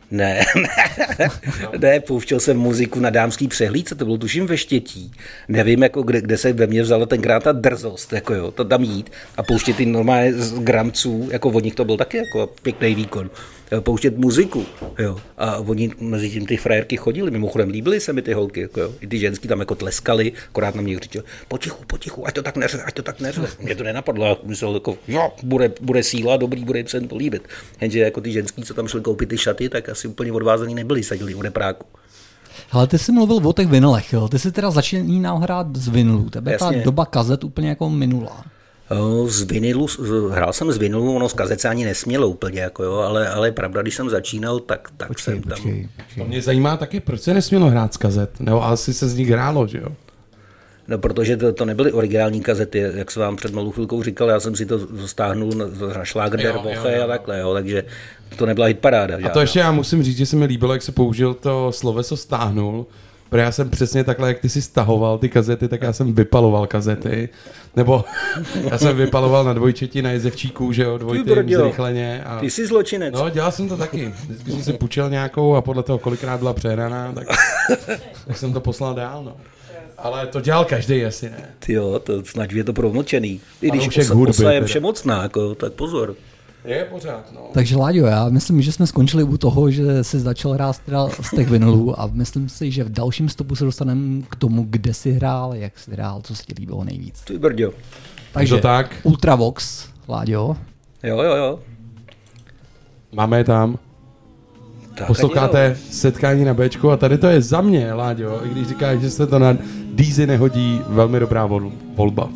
pouštěl. Ne, pouštěl jsem muziku na dámský přehlídce, to bylo tuším ve Štětí. Nevím, jako kde se ve mně vzala tenkrát ta drzost, jako jo, to tam jít a pouštět ty normálně z gramců, jako od nich to byl taky jako pěkný výkon. Pouštět muziku, jo. A oni mezi tím ty frajerky chodili, mimochodem líbily se mi ty holky, jako jo. I ty ženský tam jako tleskali, akorát na mě křičeli, potichu, ať to tak neřve. Mě to nenapadlo, já myslel jako, jo, bude síla, dobrý, bude se to líbit. Jenže jako ty ženský, co tam šli koupit ty šaty, tak asi úplně odvázaný nebyli, sadili o repráku. Ale ty jsi mluvil o těch vinylech, jo. Ty jsi teda začínal hrát z vinylů, tebe ta doba kazet úplně jako minula. Z vinilu, hrál jsem z vinilu, ono z kazet se ani nesmělo úplně, jako jo, ale pravda, když jsem začínal, tak jsem tam... To mě zajímá taky, proč se nesmělo hrát z kazet, nebo asi se z nich hrálo, že jo? No, protože to nebyly originální kazety, jak jsem vám před malou chvilkou říkal, já jsem si to stáhnul na Schlager der Woche a takhle, jo, takže to nebyla hitparáda. A to ještě já musím říct, že se mi líbilo, jak se použil to sloveso stáhnul, Protože já jsem přesně takhle, jak ty si stahoval ty kazety, tak já jsem vypaloval kazety. Nebo já jsem vypaloval na dvojčeti na jezevčíku, že jo, dvojitým zrychleně. A... Ty jsi zločinec. No, dělal jsem to taky. Vždycky jsem si půjčil nějakou a podle toho, kolikrát byla přehraná, tak jsem to poslal dál, no. Ale to dělal každý, asi ne. Jo, to snad je to promlčený. I když hudby, osa je teda. všemocná, jako, tak pozor. Je pořád, no. Takže Láďo, já myslím, že jsme skončili u toho, že jsi začal hrát teda z těch vinylů a myslím si, že v dalším stopu se dostaneme k tomu, kde jsi hrál, jak jsi hrál, co se ti líbilo nejvíc. Ty brďo. Takže to tak? Ultravox, Láďo. Jo. Máme je tam. Tak Posloucháte setkání na Bčku a tady to je za mě, Láďo, i když říkáš, že se to na Deezy nehodí, velmi dobrá volba.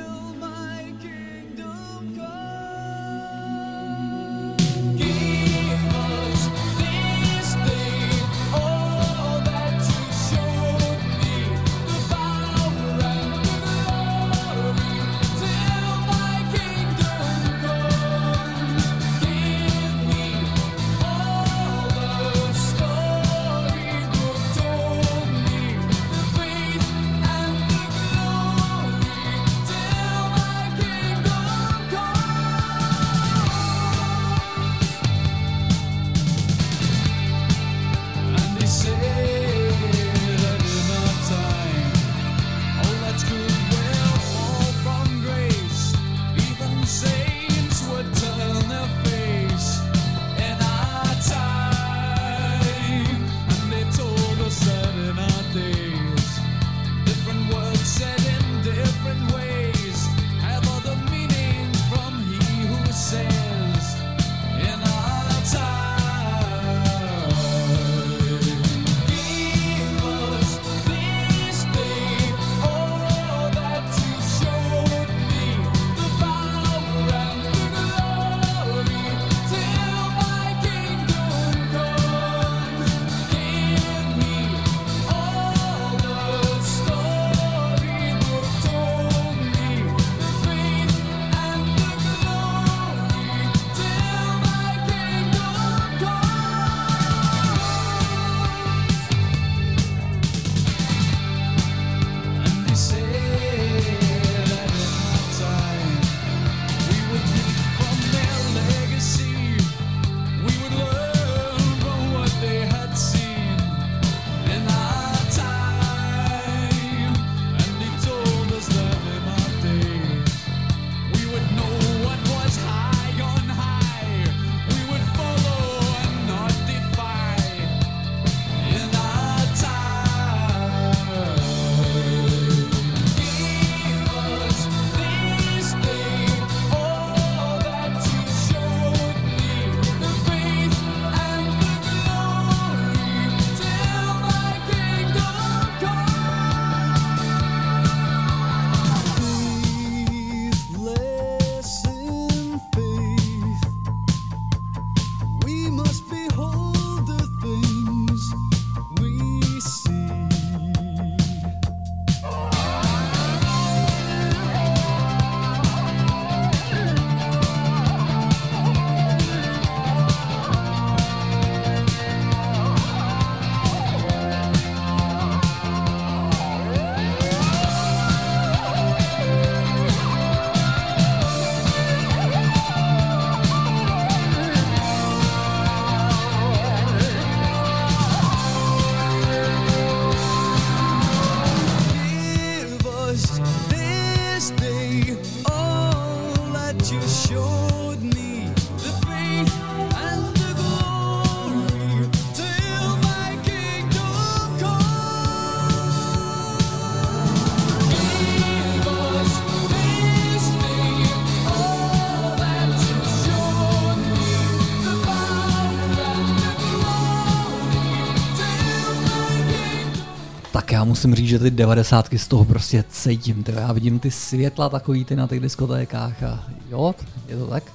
Tak já musím říct, že ty 90 z toho prostě cítím. Já vidím ty světla takový ty na těch diskotékách a jo, je to tak?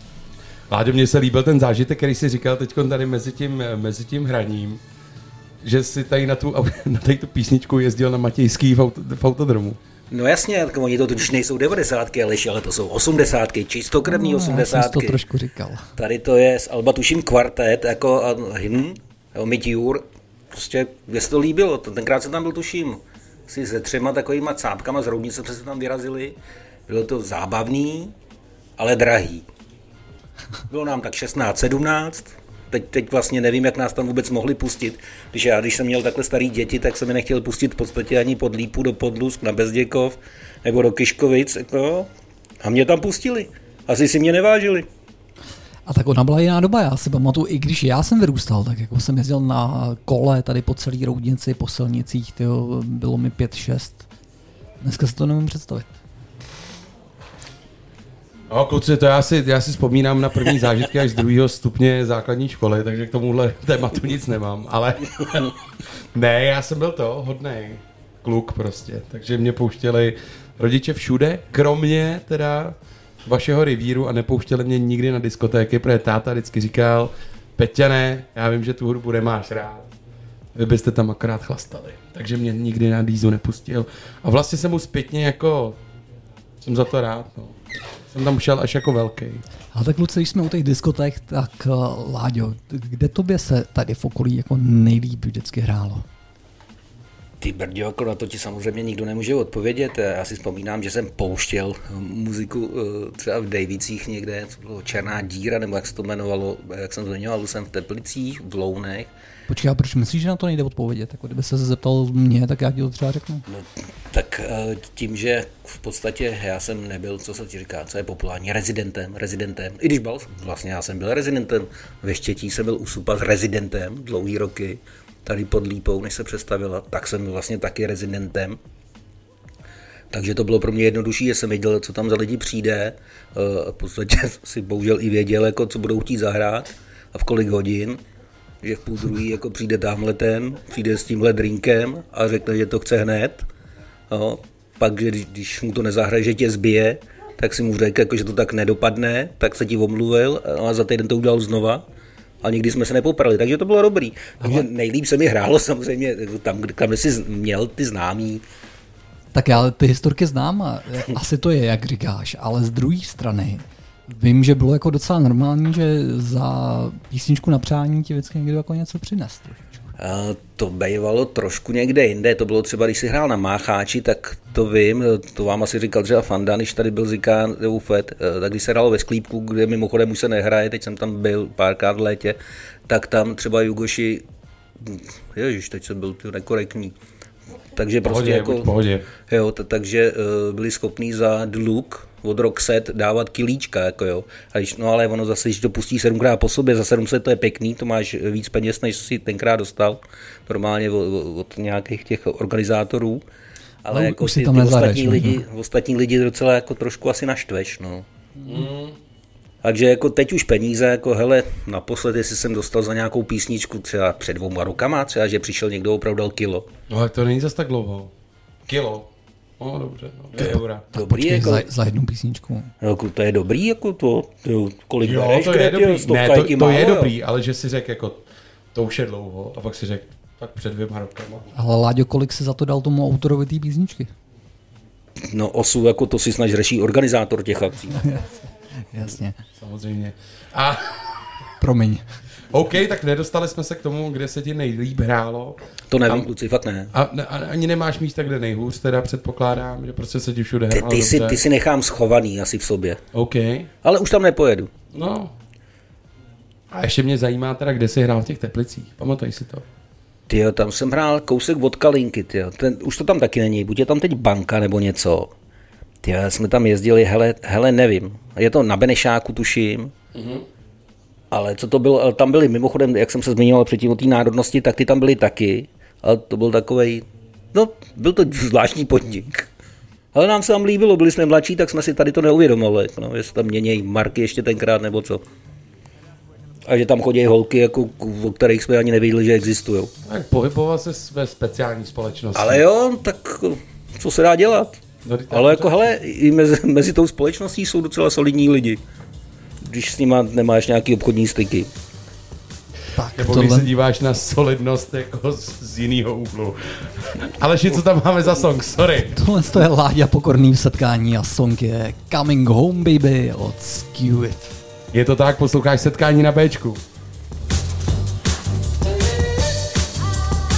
Láďo, mně se líbil ten zážitek, který jsi říkal teď tady mezi tím hraním, že jsi tady na tu písničku jezdil na Matějský v autodromu. No jasně, tak oni to totiž nejsou 90, ale to jsou 80, čistokrevný 80. Já jsem to trošku říkal. Tady to je z alba tuším Kvartet, jako Meteor, prostě mě se to líbilo. Tenkrát jsem tam byl, tuším, asi se 3 takovýma cápkama z roudnice jsme se tam vyrazili. Bylo to zábavný, ale drahý. Bylo nám tak 16, 17. Teď vlastně nevím, jak nás tam vůbec mohli pustit. Když jsem měl takhle starý děti, tak jsem je nechtěl pustit v podstatě ani pod Lípu do Podlusk, na Bezděkov nebo do Kyškovic. Jako, a mě tam pustili. Asi si mě nevážili. A tak ona byla jiná doba, já si pamatuju, i když já jsem vyrůstal, tak jako jsem jezdil na kole tady po celý Roudnici, po silnicích, tyjo, bylo mi 5-6. Dneska si to nemůžu představit. No kluci, to já si vzpomínám na první zážitky až z 2. stupně základní školy, takže k tomuhle tématu nic nemám, ale ne, já jsem byl hodnej kluk prostě, takže mě pouštěli rodiče všude, kromě teda vašeho revíru a nepouštěli mě nikdy na diskotéky, protože táta vždycky říkal, Peťane, já vím, že tu hudbu nemáš rád, vy byste tam akorát chlastali, takže mě nikdy na Dízu nepustil a vlastně jsem mu zpětně jako, jsem za to rád, no. Jsem tam šel až jako velký. A tak kluci, když jsme u těch diskoték, tak Láďo, kde tobě se tady v okolí jako nejlíp vždycky hrálo? Ty brďo, na to ti samozřejmě nikdo nemůže odpovědět. Já si vzpomínám, že jsem pouštěl muziku třeba v Dejvicích někde, co bylo Černá díra, nebo jak se to jmenovalo, jak jsem zmiňoval, jsem v Teplicích, v Lounech. Počkej, a proč myslíš, že na to nejde odpovědět? Jako kdyby se zeptal mě, tak já ti to třeba řeknu. No, tak tím, že v podstatě já jsem nebyl, co se ti říká, co je populární, rezidentem. I když vlastně já jsem byl rezidentem, ve Štětí jsem byl u Supa s rezidentem dlouhý roky, tady pod Lípou, než se přestavila, tak jsem byl vlastně taky rezidentem. Takže to bylo pro mě jednodušší, že jsem věděl, co tam za lidi přijde. V podstatě si bohužel i věděl, jako, co budou chtít zahrát a v kolik hodin. Že v 12:30 jako přijde tamhle přijde s tímhle drinkem a řekne, že to chce hned. No, pak, že když mu to nezahraje, že tě zbije, tak si mu řekl, jako, že to tak nedopadne, tak se ti omluvil a za týden to udělal znova. A nikdy jsme se nepoprali, takže to bylo dobrý. Takže nejlíp se mi hrálo samozřejmě tam, kam jsi měl ty známí. Tak já ty historky znám a asi to je, jak říkáš, ale z druhé strany vím, že bylo jako docela normální, že za písničku na přání ti vždycky někdo jako něco přines. To bývalo trošku někde jinde, to bylo třeba, když jsi hrál na Mácháči, tak to vím, to vám asi říkal třeba Fanda, když tady byl Zikán Ufet, tak když se hrálo ve Sklípku, kde mimochodem už se nehraje, teď jsem tam byl párkrát v létě, tak tam třeba Jugoši, ježiš, teď jsem byl nekorektní, takže prostě jako, jo, takže byli schopní za dluk od Roxette dávat kilíčka, jako jo. A když, no ale ono zase, když to pustí 7krát po sobě, za 700 to je pěkný, to máš víc peněz, než si tenkrát dostal, normálně od nějakých těch organizátorů, ale no, jako ty ostatní lidi docela jako trošku asi naštveš, no. Takže jako teď už peníze, jako hele, naposledy si jsem dostal za nějakou písničku třeba před 2 rokama, třeba, že přišel někdo opravdu dal kilo. No ale to není zas tak dlouho. Kilo. No dobře, no, 2 eura. Tak počkej, jako, za jednu písničku. No, to je dobrý, jako to kolik jo, bereš, to je dobrý. Ne, to málo, je dobrý, ale že si řekl, jako to už je dlouho, a pak si řekl, tak před 2 rokama. Ale Láďo, kolik si za to dal tomu autorovi té písničky? No 8, jako to si snaž řeší organizátor těch akcí. Jasně. Samozřejmě. A promiň. OK, tak nedostali jsme se k tomu, kde se ti nejlíp hrálo. To nevím, kluci, fakt ne. A ani nemáš místa, kde nejhůř, teda předpokládám, že prostě se ti všude hrálo ty si nechám schovaný asi v sobě. OK. Ale už tam nepojedu. No. A ještě mě zajímá teda, kde jsi hrál v těch Teplicích. Pamatuj si to. Tyjo, tam jsem hrál kousek od Kalinky, tyjo. Už to tam taky není, buď je tam teď banka nebo něco. Tyjo, jsme tam jezdili, hele, nevím. Je to na Benešáku, tuším. Mm-hmm. Ale co to bylo, ale tam byli mimochodem, jak jsem se zmiňoval předtím o té národnosti, tak ty tam byli taky. Ale to byl takovej, no, byl to zvláštní podnik. Ale nám se tam líbilo, byli jsme mladší, tak jsme si tady to neuvědomili, no, jestli tam měnějí marky ještě tenkrát nebo co. A že tam chodí holky, jako, o kterých jsme ani nevěděli, že existují. Tak pohyboval se ve speciální společnosti. Ale jo, tak co se dá dělat? Ale jako hele, i mezi tou společností jsou docela solidní lidi, když s nima nemáš nějaký obchodní styky. Tak, nebo když se díváš na solidnost jako z jiného úhlu. Ale co tam máme za song, sorry. Tohle je Láďa Pokorný v setkání a song je Coming Home Baby od Skewit. Je to tak, posloucháš Setkání na Bčku.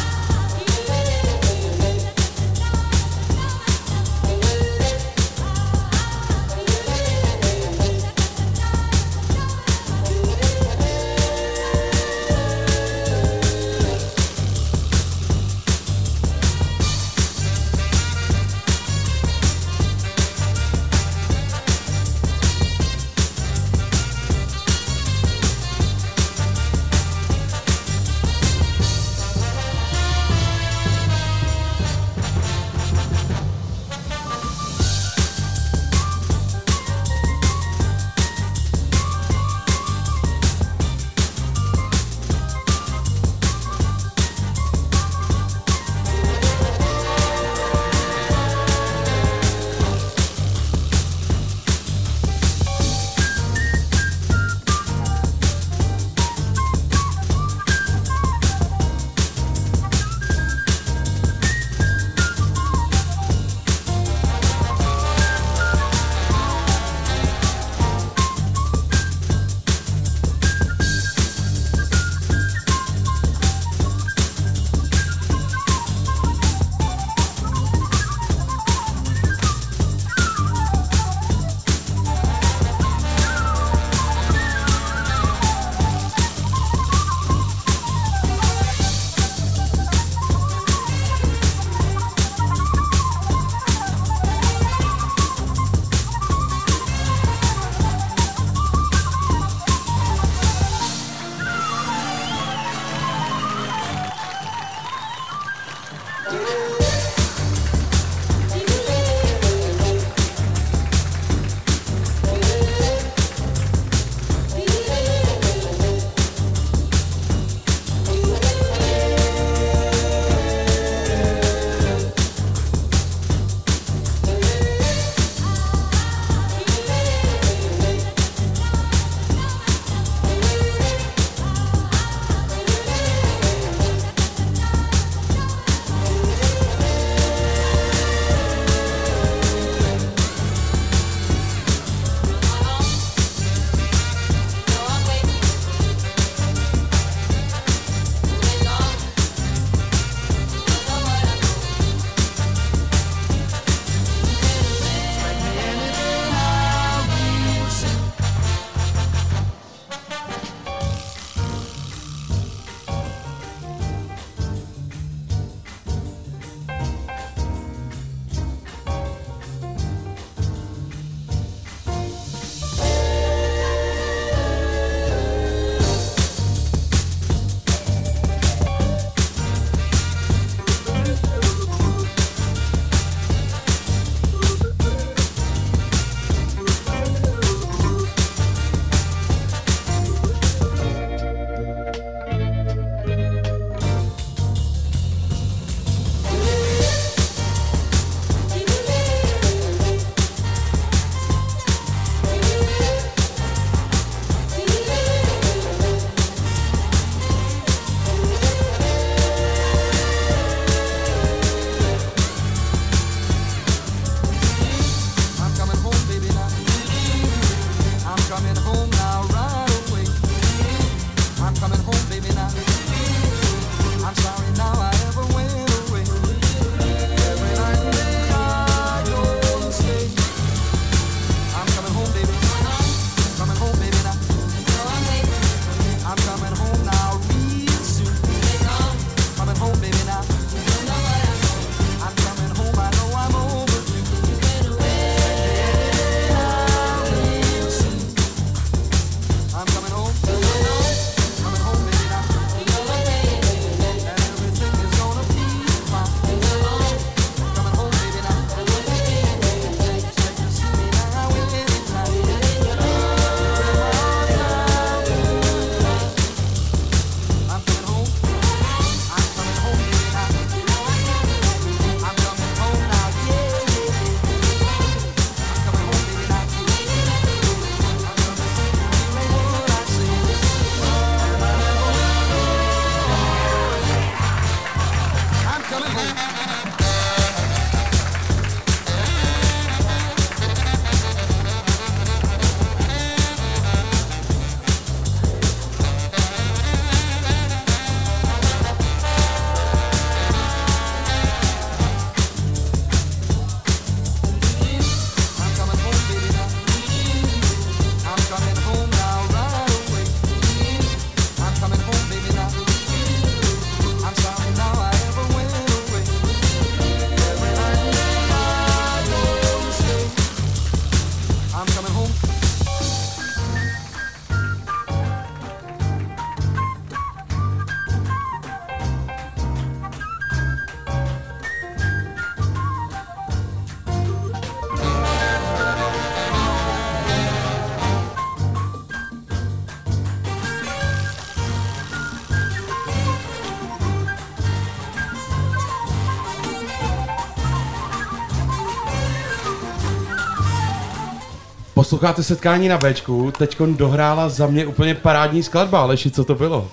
Posloucháte setkání na Bčku, teďkon dohrála za mě úplně parádní skladba, Aleši, co to bylo?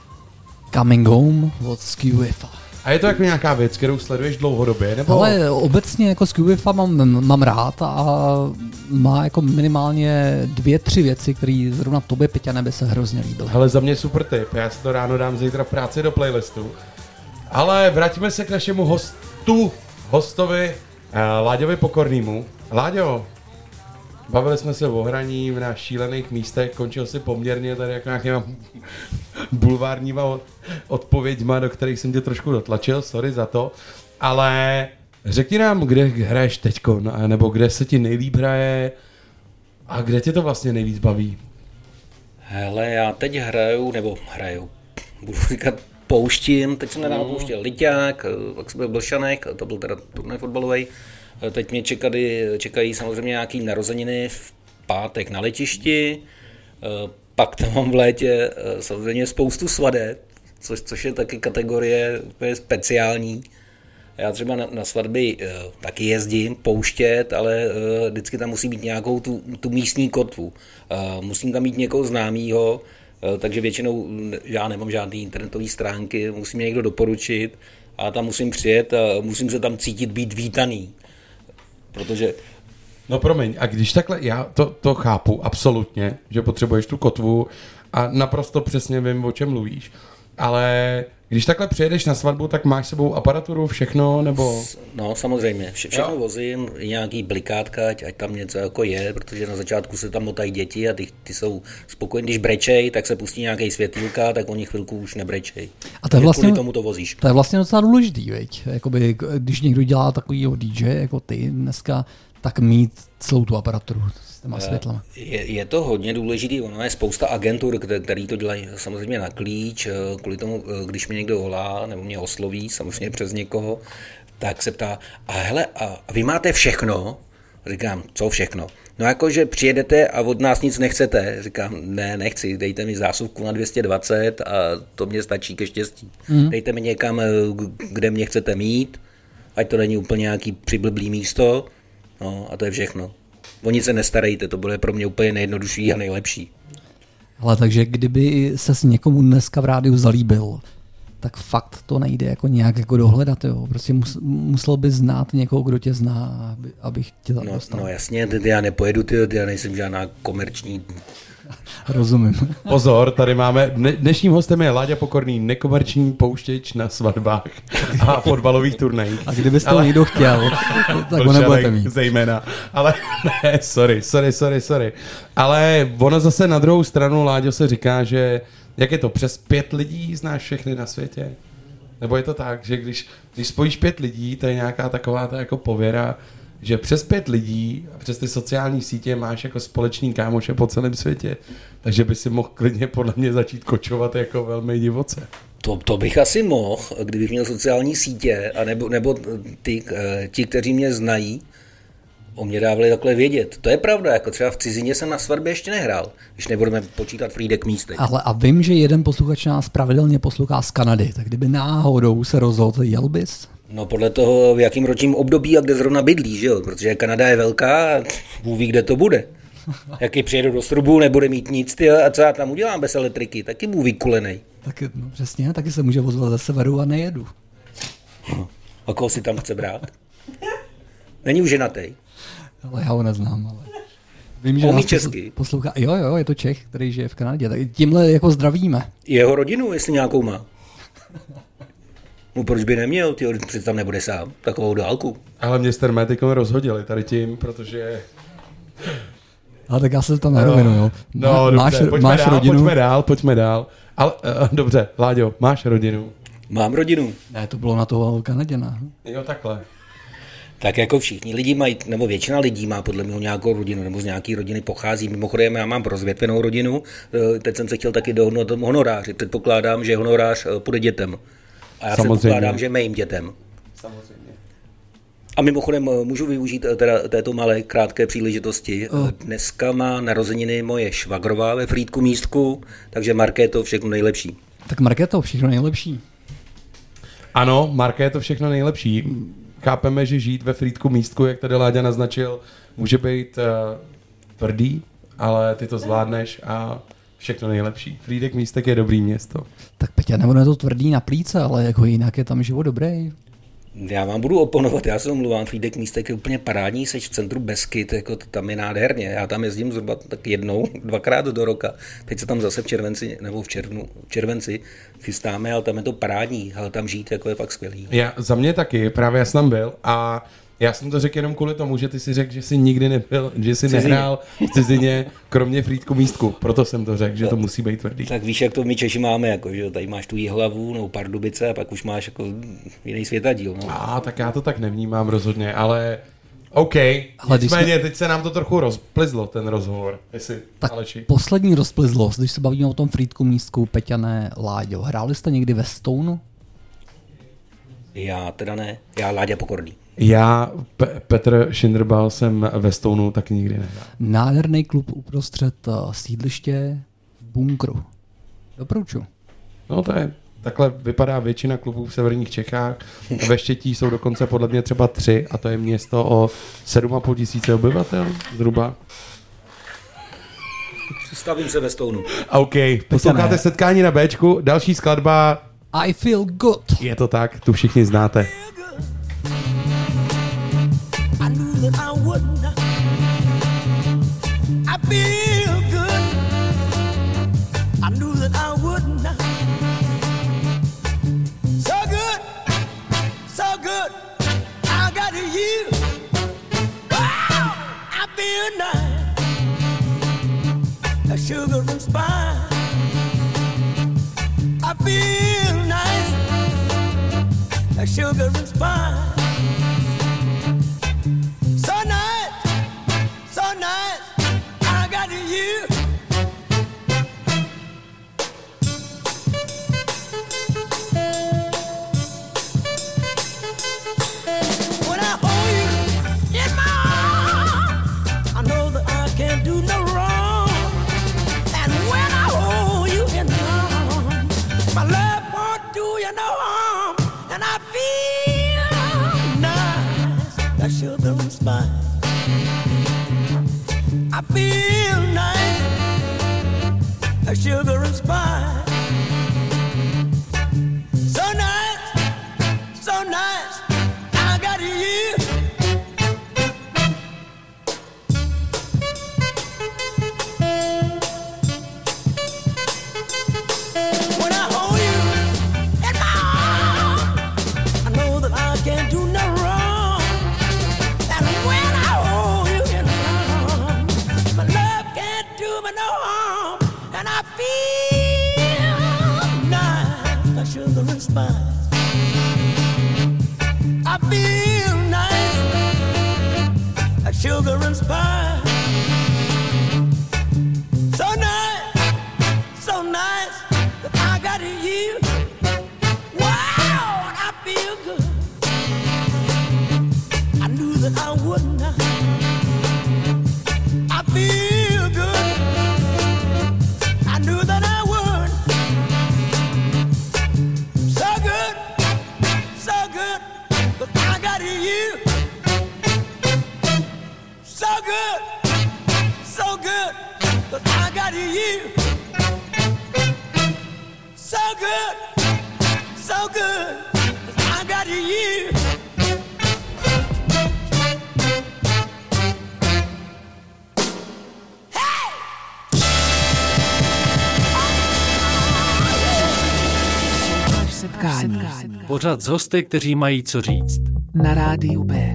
Coming Home od Skiwifa. A je to jako nějaká věc, kterou sleduješ dlouhodobě, nebo? Ale obecně jako Skiwifa mám rád a má jako minimálně 2-3 věci, které zrovna tobě, Peťane, by se hrozně líbily. Hele, za mě super tip, já si to ráno dám zítra v práci do playlistu. Ale vraťme se k našemu hostovi, Láďovi Pokornýmu. Láďo, bavili jsme se o hraní na šílených místech, končil si poměrně tady jako nějakýma bulvárníma odpověďma, do kterých jsem tě trošku dotlačil, sorry za to, ale řekni nám, kde hraješ teďko, nebo kde se ti nejlíp hraje a kde tě to vlastně nejvíc baví? Hele, já teď hraju, budu říkat pouštím, teď jsem nedávno pouštěl Liťák, pak jsem byl Blšanek, to byl teda turnaj fotbalový. Teď mě čekají samozřejmě nějaký narozeniny v pátek na letišti, pak tam mám v létě samozřejmě spoustu svadeb, což je taky kategorie úplně speciální. Já třeba na svatby taky jezdím, pouštět, ale vždycky tam musí být nějakou tu místní kotvu. Musím tam mít někoho známýho, takže většinou já nemám žádný internetové stránky, musí mě někdo doporučit a tam musím přijet a musím se tam cítit být vítaný. Protože... No promiň, a když takhle, já to chápu absolutně, že potřebuješ tu kotvu a naprosto přesně vím, o čem mluvíš, ale když takhle přijedeš na svatbu, tak máš sebou aparaturu, všechno, nebo... No samozřejmě, všechno vozím, nějaký blikátka, ať tam něco jako je, protože na začátku se tam motají děti a ty jsou spokojení, když brečej, tak se pustí nějaký světýlka, tak oni chvilku už nebrečej. A to je vlastně, kvůli tomu to vozíš. To je vlastně docela důležitý, veď? Jakoby, když někdo dělá takovýho DJ jako ty dneska, tak mít celou tu aparaturu s těma světlama. Je to hodně důležitý, ono je spousta agentur, který to dělají samozřejmě na klíč, kvůli tomu, když mě někdo volá nebo mě osloví, samozřejmě přes někoho, tak se ptá, a hele, a vy máte všechno? Říkám, co všechno? No jakože přijedete a od nás nic nechcete. Říkám, ne, nechci, dejte mi zásuvku na 220 a to mě stačí ke štěstí. Dejte mi někam, kde mě chcete mít, ať to není úplně nějaký přiblblý místo, no a to je všechno. O nic se nestarejte, to bude pro mě úplně nejjednodušší a nejlepší. Ale takže kdyby ses někomu dneska v rádiu zalíbil, tak fakt to nejde jako nějak jako dohledat, jo. Prostě musel by znát někoho, kdo tě zná, abych tě tam dostal. No jasně, já nepojedu, já nejsem žádná komerční. Rozumím. Pozor, tady máme, dnešním hostem je Láďa Pokorný, nekomerční pouštěč na svatbách a fotbalových turnajích. A kdybyste to někdo chtěl, tak ho nebudete mít. Zejména. Ale ne, sorry. Ale ono zase na druhou stranu, Láďo, se říká, že jak je to, přes 5 lidí znáš všechny na světě? Nebo je to tak, že když spojíš 5 lidí, to je nějaká taková ta jako pověra, že přes 5 lidí a přes ty sociální sítě máš jako společný kámoše po celém světě, takže by si mohl klidně podle mě začít kočovat jako velmi divoce. To bych asi mohl, kdybych měl sociální sítě, nebo ti, kteří mě znají, o mě dávali takhle vědět. To je pravda, jako třeba v cizině jsem na svatbě ještě nehrál, když nebudeme počítat Frýdek místek. Ale a vím, že jeden posluchač nás pravidelně poslouchá z Kanady, tak kdyby náhodou se rozhodl, jel bys? No podle toho, v jakým ročním období a kde zrovna bydlí, že jo? Protože Kanada je velká a Bůh ví, kde to bude. Jaký přijedu do Srubu, nebude mít nic, a co já tam udělám bez elektriky, taky Bůh ví kulenej. Tak no, přesně, taky se může ozvat ze severu a nejedu. A koho si tam chce brát? Není už ženatej. Ale já ho neznám, ale... Vím, že umí nás česky. Poslouchá. Jo, je to Čech, který žije v Kanadě. Tak tímhle jako zdravíme. Jeho rodinu, jestli nějakou má. No proč by neměl, přece tam nebude sám, takovou dálku. Ale mě s Termetikom rozhodili tady tím, protože... Ale tak já se tam na rovinu, jo. No máš dobře, rodinu? pojďme dál. Ale dobře, Láďo, máš rodinu? Mám rodinu. Ne, to bylo na toho Kanaděna. Jo, takhle. Tak jako všichni lidi mají, nebo většina lidí má podle mě nějakou rodinu, nebo z nějaký rodiny pochází. Mimochodem já mám rozvětvenou rodinu, teď jsem se chtěl taky dohodnout o honoráři. Předpokládám, že honorář půjde dětem. A já předpokládám, že mým dětem. Samozřejmě. A mimochodem můžu využít teda této malé krátké příležitosti. Dneska má narozeniny moje švagrová ve Frýdku místku, takže Markéto, všechno nejlepší. Tak Markéto, všechno nejlepší. Ano, Marké je to všechno nejlepší. Chápeme, že žít ve Frýdku místku, jak tady Láďa naznačil, může být tvrdý, ale ty to zvládneš a všechno nejlepší. Frýdek Místek je dobrý město. Tak Peťa, nebo je to tvrdý na plíce, ale jako jinak je tam život dobrý. Já vám budu oponovat, já se omluvám, Frýdek Místek je úplně parádní, seš v centru Beskyt, jako to tam je nádherně, já tam jezdím zhruba tak jednou, 2krát do roka, teď se tam zase v červenci, nebo v červenci chystáme, ale tam je to parádní, ale tam žít jako je fakt skvělý. Za mě taky, právě já jsem tam byl a já jsem to řekl jenom kvůli tomu, že ty si řekl, že jsi nikdy nebyl, že jsi nehrál v cizině, kromě Frýdku Místku. Proto jsem to řekl, že to musí být tvrdý. Tak víš, jak to my Češi máme, jako, že tady máš tu Jihlavu nebo Pardubice a pak už máš jako jiný světadíl. No. Tak já to tak nevnímám rozhodně, ale OK. Ale nicméně, teď se nám to trochu rozplizlo, ten rozhovor. Tak poslední rozplizlost, když se bavíme o tom Frýdku Místku, Peťané, Láďo. Hráli jste někdy ve Stounu? Já teda ne, já Láďa Pokorný. Já, Petr Šindrbal, jsem ve Stounu taky nikdy nehrál. Nádherný klub uprostřed sídliště v bunkru. Doporučuji. No to je, takhle vypadá většina klubů v severních Čechách. Ve Štětí jsou dokonce podle mě třeba 3 a to je město o 7,5 tisíce obyvatel zhruba. Stavím se ve Stounu. OK, posloucháte Setkání na Bčku, další skladba I Feel Good. Je to tak, tu všichni znáte. I knew that I wouldn't. I feel good. I knew that I wouldn't. So good, so good. I got you. Wow, I feel nice. A sugar and spice. I feel nice. A sugar and spice. I feel nice, like sugar and spice. So nice, I got you. When I hold you in my arms, I know that I can't do no wrong. And when I hold you in my arms, my love can't do me no harm. And I feel nice, like sugar and spice. I feel nice, like sugar and spice. So nice that I got you. Wow, and I feel good. I knew that I wouldn't. I feel good. I knew that I would. So good, but I got you. So good, but I got you. So good, but I got you. Setkání Pořad s hosty, kteří mají co říct. na rádiu B.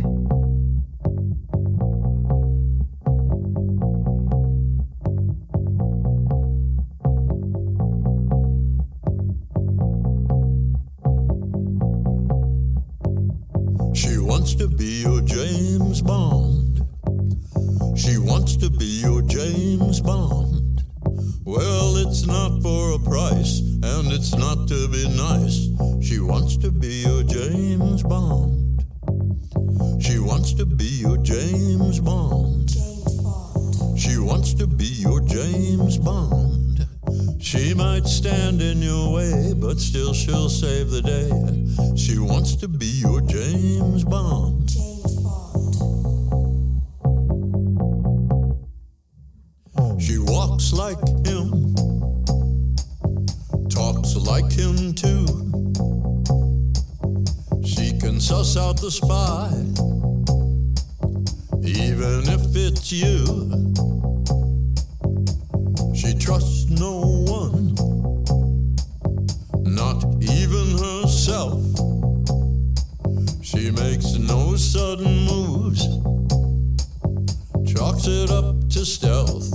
She wants to be your James Bond. She wants to be your James Bond. Well, it's not for a price, and it's not to be nice. She wants to be your James Bond. She wants to be your James Bond. She wants to be your James Bond. She might stand in your way, but still she'll save the day. She wants to be your James Bond. the spy. Even if it's you, she trusts no one, not even herself. She makes no sudden moves, chalks it up to stealth.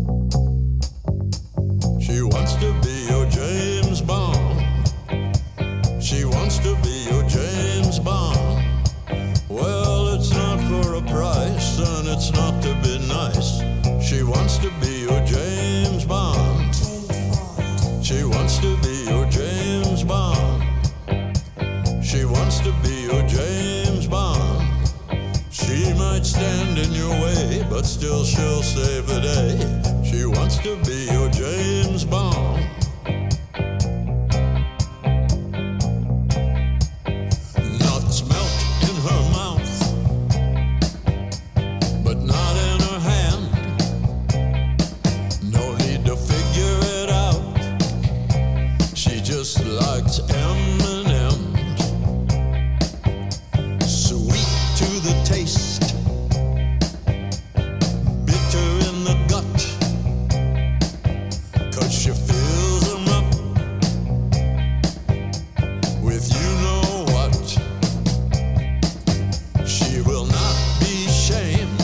She wants to be your James Bond. She wants to be your James Bond. Well, it's not for a price, and it's not to be nice. She wants to be your James Bond. She wants to be your James Bond. She wants to be your James Bond. She might stand in your way, but still she'll save the day. She wants to be your James Bond. Nuts melt in her mouth, but not in her hand. No need to figure it out. She just likes M&M's. Sweet to the taste, bitter in the gut, 'cause she fills them up with you know what. She will not be shamed,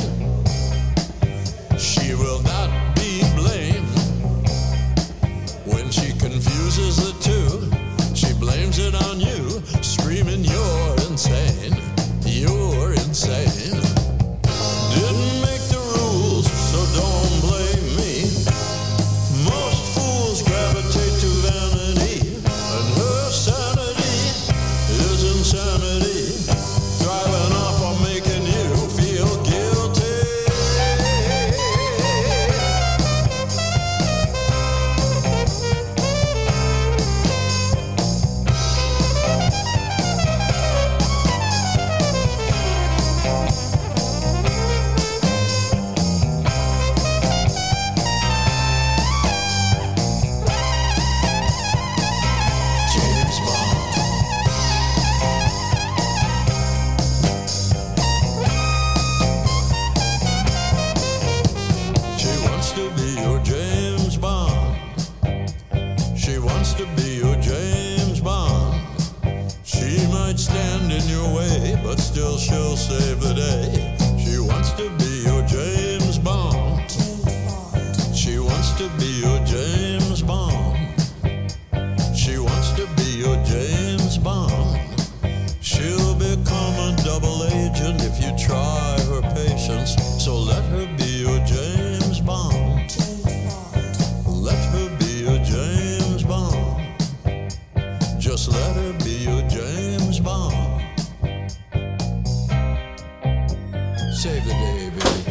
she will not be blamed. When she confuses the two, she blames it on you, screaming you're insane, you're insane. Didn't make the rules, so don't blame me. Most fools gravitate to vanity, and her sanity is insanity, thriving off of making you feel guilty. James Bond. She wants to be your James Bond. She wants to be your James Bond. She might stand in your way, but still she'll save the day. She wants to be your James Bond. She wants to be your James Bond. She wants to be your James Bond. She'll become a double agent if you try her patience. So let her be your James Bond. Let her be your James Bond. Just let her be your James Bond. Save the day, baby.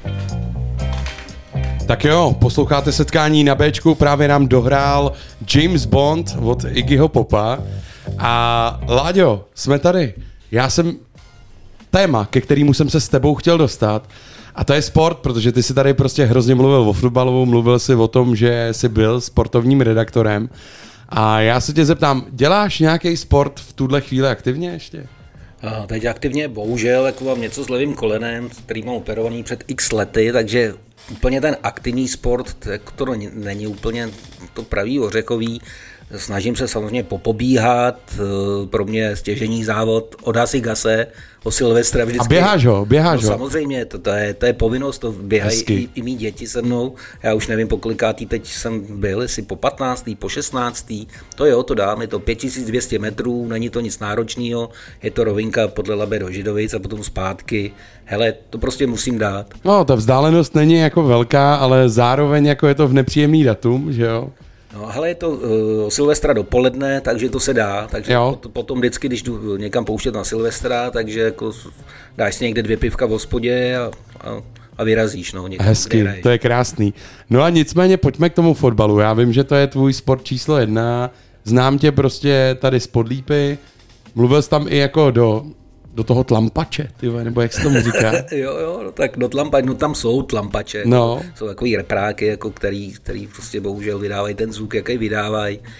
Tak jo, posloucháte Setkání na Bčku, právě nám dohrál James Bond od Iggyho Popa. A Láďo, jsme tady. Já jsem téma, ke kterému jsem se s tebou chtěl dostat, a to je sport, protože ty si tady prostě hrozně mluvil o fotbalu, mluvil si o tom, že jsi byl sportovním redaktorem. A já se tě zeptám, děláš nějaký sport v tuhle chvíli aktivně ještě? Teď aktivně bohužel jako mám něco s levým kolenem, který mám operovaný před x lety, takže úplně ten aktivní sport, to není úplně to pravý ořechový. Snažím se samozřejmě popobíhat, pro mě stěžejní závod od Hasy Gase, o Silvestra vždycky. A běháš ho? Samozřejmě, to je povinnost, to běhají i mý děti se mnou. Já už nevím, po kolikátý teď jsem byl, jestli po 15., po 16. To dám, je to 5200 metrů, není to nic náročného, je to rovinka podle Labe do Židovic a potom zpátky. Hele, to prostě musím dát. No, ta vzdálenost není jako velká, ale zároveň jako je to v nepříjemný datum, že jo? No, hele, je to Silvestra dopoledne, takže to se dá, takže potom vždycky, když jdu někam pouštět na Silvestra, takže jako dáš si někde 2 pivka v hospodě a vyrazíš. No, hezky, to je krásný. No a nicméně pojďme k tomu fotbalu, já vím, že to je tvůj sport číslo 1, znám tě prostě tady z Podlípy, mluvil jsi tam i jako do toho tlampače, nebo jak se tomu říká? jo, tak do tlampače, no tam jsou tlampače, no. Jsou takový repráky, jako který prostě bohužel vydávají ten zvuk, jaký vydávají.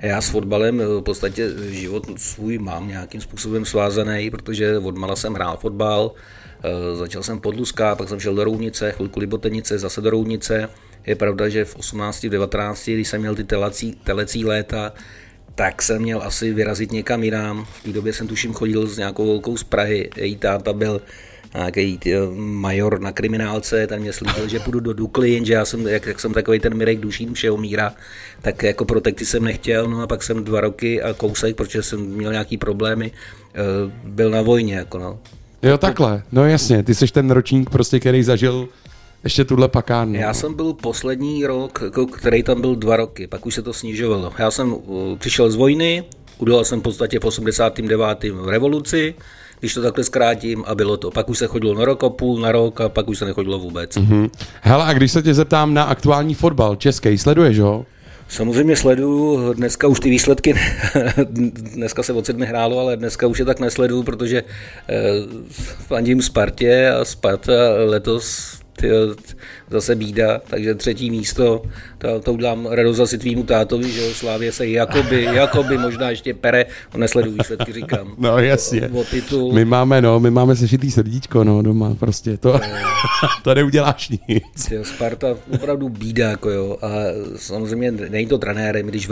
Já s fotbalem v podstatě život svůj mám nějakým způsobem svázaný, protože odmala jsem hrál fotbal, začal jsem Podluska, pak jsem šel do Roudnice, chvilku Libotenice, zase do Roudnice. Je pravda, že v 18, v 19, když jsem měl ty telecí léta, tak jsem měl asi vyrazit někam jinam. V té době jsem tuším chodil s nějakou volkou z Prahy, její táta byl nějaký major na kriminálce, ten mě slíbil, že půjdu do Dukly, jenže já jsem, jak jsem takový ten Mirek Dušín všeho míra, tak jako protekci jsem nechtěl, no a pak jsem 2 roky a kousek, protože jsem měl nějaký problémy, byl na vojně, jako no. Jo, takhle, no jasně, ty jsi ten ročník prostě, který zažil ještě tuhle pakárnu. Já jsem byl poslední rok, který tam byl 2 roky, pak už se to snižovalo. Já jsem přišel z vojny, udělal jsem v podstatě v 89. revoluci, když to takhle zkrátím, a bylo to. Pak už se chodilo na rok a půl, na rok a pak už se nechodilo vůbec. Mm-hmm. Hele, a když se tě zeptám na aktuální fotbal český, sleduješ ho? Samozřejmě sleduju, dneska už ty výsledky, dneska se od 7 hrálo, ale dneska už je tak nesleduju, protože fandím Spartě a Sparta letos zase bída, takže 3. místo, to udělám radost asi tvýmu tátovi, že jo, Slávě se jakoby možná ještě pere, nesledují výsledky, říkám. No jasně, o titul. my máme sešitý srdíčko, no, doma, prostě, to neuděláš nic. Sparta opravdu bída, jako jo, a samozřejmě není to trenérem, když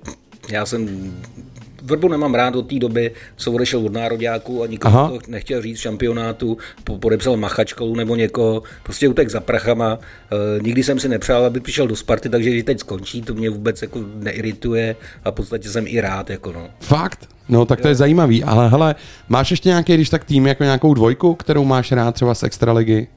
Vrbu nemám rád od té doby, co odešel od nároďáku a nikoho to nechtěl říct v šampionátu, podepsal Machačkolu nebo někoho, prostě utek za prachama. Nikdy jsem si nepřál, aby přišel do Sparty, takže když teď skončí, to mě vůbec jako neirituje a v podstatě jsem i rád. Jako no. Fakt? No tak to je zajímavý, ale hele, máš ještě nějaký, když tak tým, jako nějakou dvojku, kterou máš rád třeba z extraligy?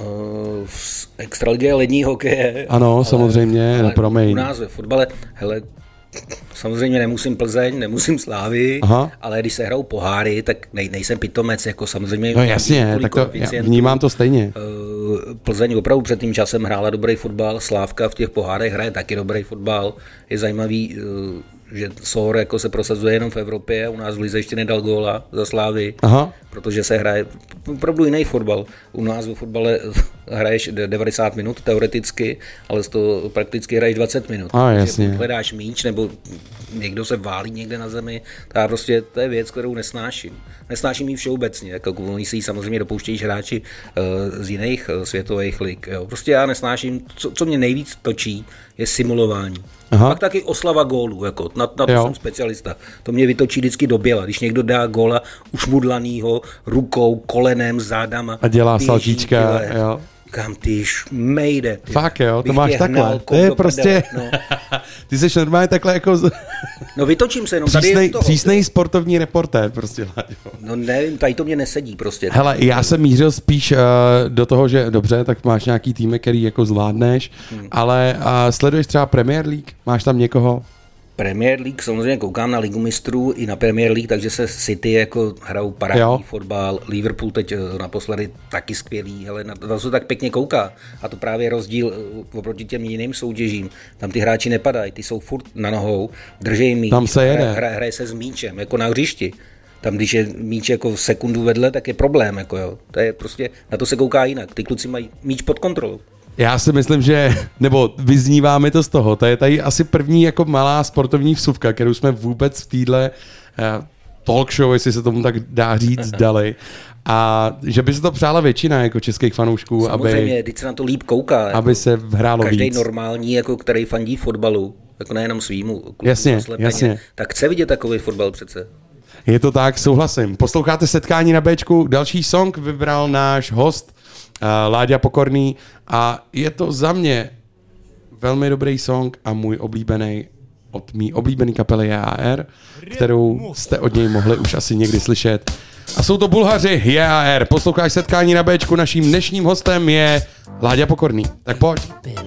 Z extraligy je lední hokeje. Ano, samozřejmě, ale promiň. U nás ve fotbale, hele, samozřejmě nemusím Plzeň, nemusím Slávy, ale když se hrajou poháry, tak nejsem pitomec, jako samozřejmě. No jasně, tak to vnímám to stejně. Plzeň opravdu před tím časem hrála dobrý fotbal, Slávka v těch pohárech hraje taky dobrý fotbal. Je zajímavý, že Sor jako se prosazuje jenom v Evropě, u nás v lize ještě nedal góla za Slávy, protože se hraje opravdu jiný fotbal. U nás ve fotbale hraješ 90 minut teoreticky, ale z toho prakticky hraješ 20 minut. Jasně. Hledáš míč, nebo někdo se válí někde na zemi, to je věc, kterou nesnáším. Nesnáším ji všeobecně, jako oni si ji samozřejmě dopouštějí hráči z jiných světových lig. Jo. Prostě já nesnáším, co mě nejvíc točí, je simulování. Pak taky oslava gólu, jako, na to jsem specialista. To mě vytočí vždycky do běla. Když někdo dá góla ušmudlanýho rukou, kolenem, zádama. A dělá saltíčka, jo. Kam ty šmejde. Fakt jo, to máš takhle. To je prostě, ty jsi normálně takhle jako... No vytočím se jenom. Přísnej sportovní reportér prostě. No nevím, tady to mě nesedí prostě. Hele, já jsem mířil spíš do toho, že dobře, tak máš nějaký tým, který jako zvládneš, ale sleduješ třeba Premier League? Máš tam někoho? Premier League, samozřejmě koukám na Ligu mistrů i na Premier League, takže se City jako hrajou parádní fotbal, Liverpool teď naposledy taky skvělý, ale na to se tak pěkně kouká. A to právě rozdíl oproti těm jiným soutěžím. Tam ty hráči nepadají, ty jsou furt na nohou, držej míč, tam se jede. Hraje se s míčem, jako na hřišti. Tam, když je míč jako sekundu vedle, tak je problém. Jako jo. To je prostě, na to se kouká jinak. Ty kluci mají míč pod kontrolou. Já si myslím, že, nebo vyznívá mi to z toho, to je tady asi první jako malá sportovní vsuvka, kterou jsme vůbec v téhle talk show, jestli se tomu tak dá říct, dali. A že by se to přála většina jako českých fanoušků, samozřejmě, teď se na to líp kouká. Aby se hrálo každý víc. normální, jako který fandí fotbalu, jako nejenom svýmu klubu, jasně. tak chce vidět takový fotbal přece. Je to tak, souhlasím. Posloucháte Setkání na Bčku, další song vybral náš host Láďa Pokorný a je to za mě velmi dobrý song a můj oblíbený od mý oblíbený kapely JAR, kterou jste od něj mohli už asi někdy slyšet. A jsou to Bulhaři JAR. Posloucháš Setkání na Bčku, naším dnešním hostem je Láďa Pokorný. Tak pojď.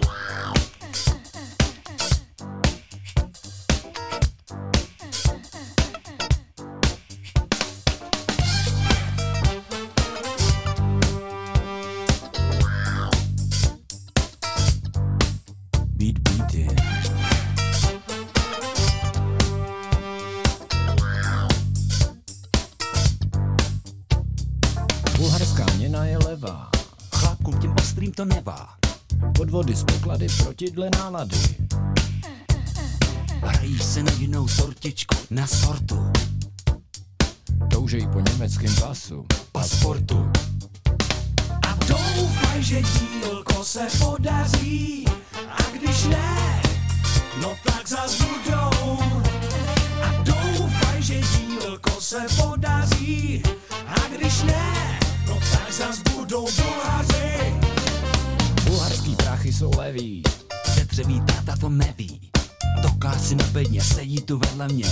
Bulharská měna je levá, chlápkům těm ostrým to nevá. Podvody z poklady proti dle nálady. hrají se na jinou sortičku, na sortu. Toužejí po německém pasu, pasportu. A doufaj, že dílko se podaří, a když ne, no tak zas budou. A doufaj, že dílko se podaří, a když ne, no tak zas budou Bulhaři. Bulharský prachy jsou leví, Tetřevý táta to neví, toká si na bedně, sedí tu vedle mě.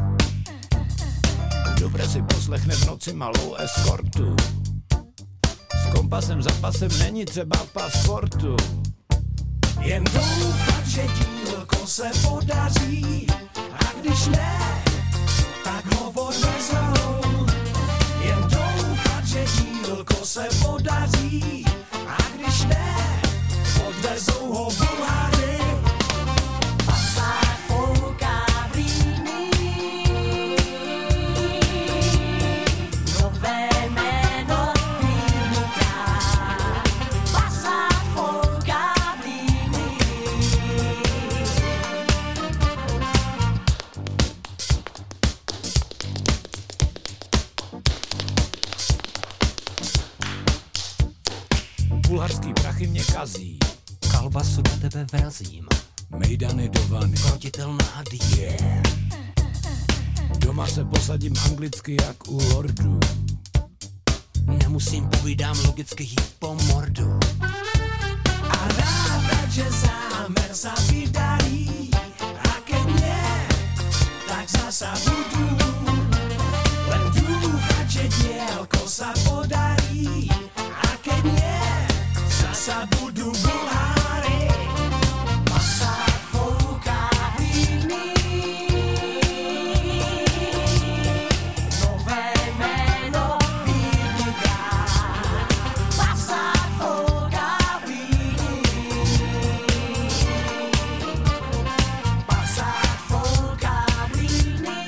dobře si poslechne v noci malou eskortu. S kompasem za pasem není třeba pasportu. Jen doufat, že dílko se podaří, a když ne, tak ho odvezou. Jen doufat, že dílko se podaří, a když ne, odvezou ho Bulháři. Passar fouká v Ríni, nové jméno vyniká. Passar fouká v Ríni. Bulharský prachy mě kazí, Kalbasu do tebe vrazím, mejdany do vany. krotitelná die. Doma se posadím anglicky jak u lordů. Nemusím povídám logicky jít po mordu. A ráda, že zámer sa vydarí, a keď nie, tak zasa budu. Len dúfať, že dielko sa podarí, a keď nie, zasa budú Bulhári. Passar fouká v Ríni, nové jméno vyniká. Passar fouká v Ríni, passar fouká v Ríni,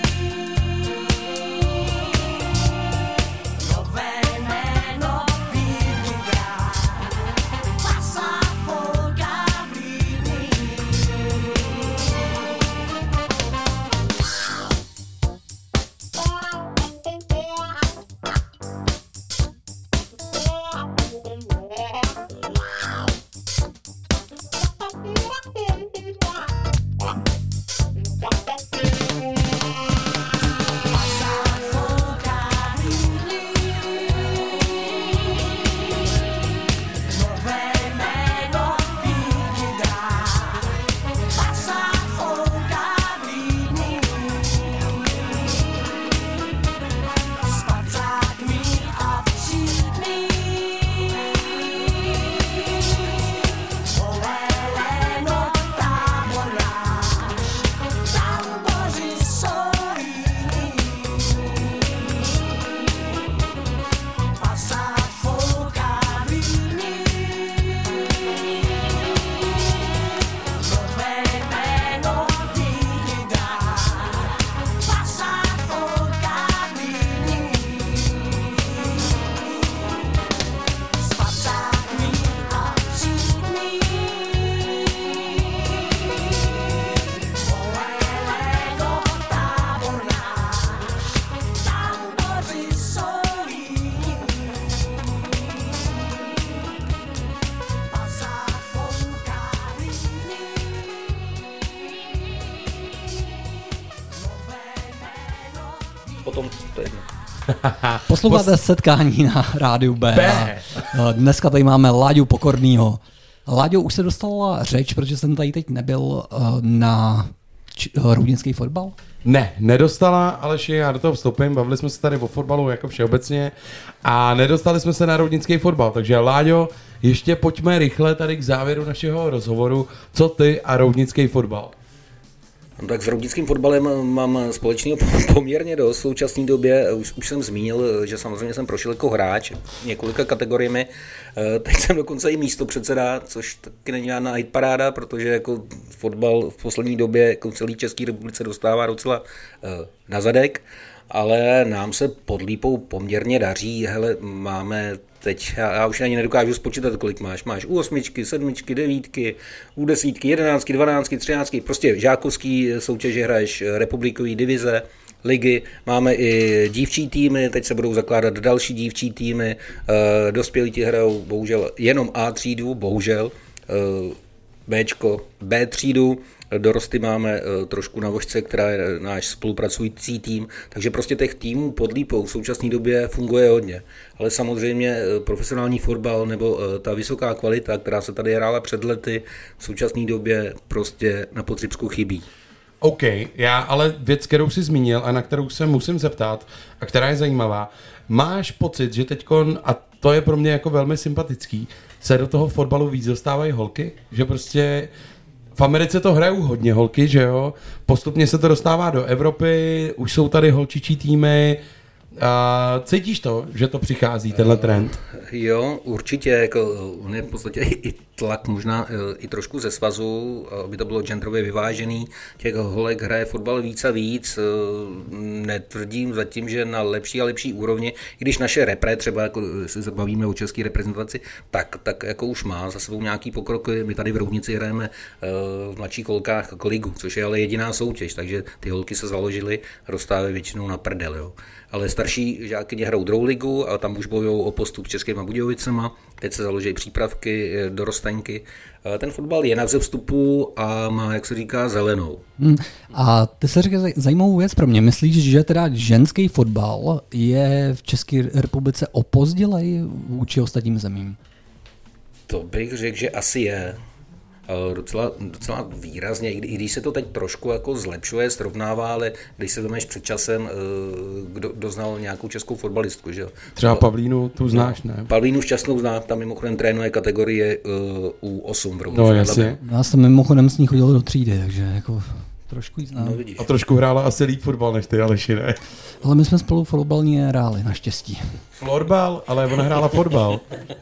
nové jméno vyniká. Passar fouká v Ríni. Passar fouká v Ríni, nové jméno vyniká. Passar fouká v Ríni, s pacákmi a všídmi. Oleleno táboráš, táboři jsou jiní. Passar fouká v Ríni, nové jméno vyniká. Passar fouká v Ríni, s pacákmi a všídmi. Oleleno táboráš, táboři jsou jiní. Passar fouká v Ríni, nové jméno. Potom to je jedno. Posloucháte setkání na rádiu B. A dneska tady máme Láďu Pokornýho. Láďo, už se dostala řeč, protože jsem tady teď nebyl na roudnický fotbal? Ne, nedostala, Aleši, já do toho vstoupím, bavili jsme se tady o fotbalu jako všeobecně a nedostali jsme se na roudnický fotbal, takže Láďo, ještě pojďme rychle tady k závěru našeho rozhovoru, co ty a roudnický fotbal. No, tak s roudnickým fotbalem mám společného poměrně dost v současné době. Už jsem zmínil, že samozřejmě jsem prošel jako hráč několika kategoriemi. Teď jsem dokonce i místopředseda, což taky není žádná hitparáda, protože jako fotbal v poslední době jako celý České republice dostává docela na zadek, ale nám se pod Lípou poměrně daří. Hele, máme teď já už ani nedokážu spočítat, kolik máš. Máš U8, 7, 9, U10, 11, 12, 13, prostě žákovský soutěže hraješ republikový divize, ligy, máme i dívčí týmy, teď se budou zakládat další dívčí týmy, dospělí ti hrajou bohužel jenom A třídu, bohužel, Bčko, B třídu, dorosty máme trošku na vožce, která je náš spolupracující tým, takže prostě těch týmů pod Lípou v současné době funguje hodně. Ale samozřejmě profesionální fotbal nebo ta vysoká kvalita, která se tady hrála před lety, v současné době prostě na Potřibsku chybí. OK, já ale věc, kterou jsi zmínil a na kterou se musím zeptat a která je zajímavá, máš pocit, že teďkon, a to je pro mě jako velmi sympatický, se do toho fotbalu víc dostávají holky? Že prostě v Americe to hrajou hodně holky, že jo? Postupně se to dostává do Evropy, už jsou tady holčičí týmy. Cítíš to, že to přichází, tenhle trend? Jo, určitě, jako on je v podstatě i tlak možná i trošku ze svazu, aby to bylo genderově vyvážený. Těch holek hraje fotbal víc a víc, netvrdím zatím, že na lepší a lepší úrovni, i když naše repre, třeba jako se zabavíme o české reprezentaci, tak jako už má za sebou nějaký pokrok. My tady v Roudnici hrajeme v mladších holkách jako ligu, což je ale jediná soutěž, takže ty holky se založily a dostávají většinou na prdel, jo. Ale starší žákyně hrajou druhou ligu a tam už bojují o postup Českýma Budějovicema. Teď se založí přípravky, dorostenky. Ten fotbal je na vzestupu a má, jak se říká, zelenou. A ty se říká zajímavou věc pro mě. Myslíš, že teda ženský fotbal je v České republice opozdělej vůči ostatním zemím? To bych řekl, že asi je. Docela výrazně, i když se to teď trošku jako zlepšuje, srovnává, ale když se vemeš před časem, kdo znal nějakou českou fotbalistku, že jo? Třeba Pavlínu, tu znáš, ne? Pavlínu Šťastnou znám, tam mimochodem trénuje kategorie U8 v Roudnici. No jasně. Já jsem mimochodem s ní chodil do třídy, takže jako trošku jí znám. No, vidíš. A trošku hrála asi líp fotbal než ty, Aleši, ne? Ale my jsme spolu fotbalní hráli, naštěstí. Florbal, ale ona hrála fotbal.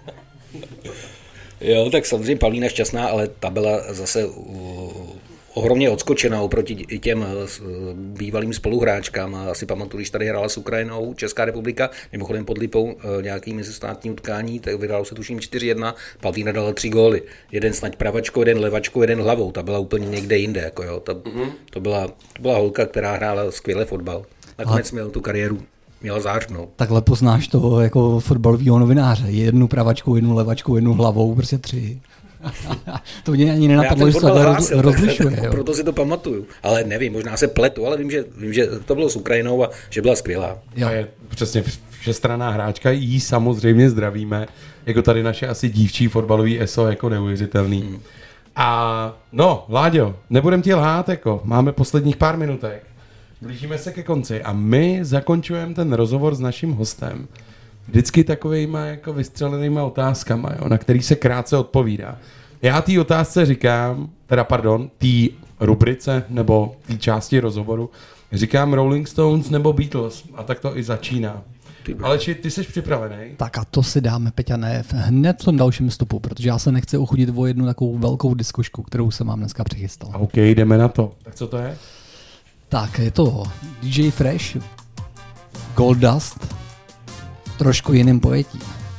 Jo, tak samozřejmě Pavlína Šťastná, ale ta byla zase ohromně odskočená oproti těm bývalým spoluhráčkám. Asi pamatuju, když tady hrála s Ukrajinou Česká republika, mimochodem pod Lipou nějaký mezistátní utkání, tak vyhrálo se tuším 4-1, Pavlína dala 3 góly. Jeden snad pravačkou, jeden levačkou, jeden hlavou. Ta byla úplně někde jinde. Jako jo. To byla holka, která hrála skvěle fotbal. Nakonec měl tu kariéru. Měla zářnou. Takhle poznáš toho jako fotbalového novináře. Jednu pravačkou, jednu levačkou, jednu hlavou, prostě 3. To mě ani nenapadlo, že se to rozlišuje. Tak, proto si to pamatuju. Ale nevím, možná se pletu, ale vím, že to bylo s Ukrajinou a že byla skvělá. Jo. Je přesně všestranná hráčka, jí samozřejmě zdravíme. Jako tady naše asi dívčí fotbalový ESO jako neuvěřitelný. A no, Láďo, nebudem ti lhát, jako máme posledních pár minutek. Blížíme se ke konci a my zakončujeme ten rozhovor s naším hostem vždycky takovejma jako vystřelenýma otázkama, jo, na který se krátce odpovídá. Já té otázce říkám, té rubrice nebo té části rozhovoru, říkám Rolling Stones nebo Beatles a tak to i začíná. Ale ty jsi připravený? Tak a to si dáme, Peťa, hned v tom dalším vstupu, protože já se nechci uchutit o jednu takovou velkou diskušku, kterou jsem vám dneska přichystal. OK, jdeme na to. Tak co to je? Tak, je to DJ Fresh, Gold Dust, trošku jiným pojetím.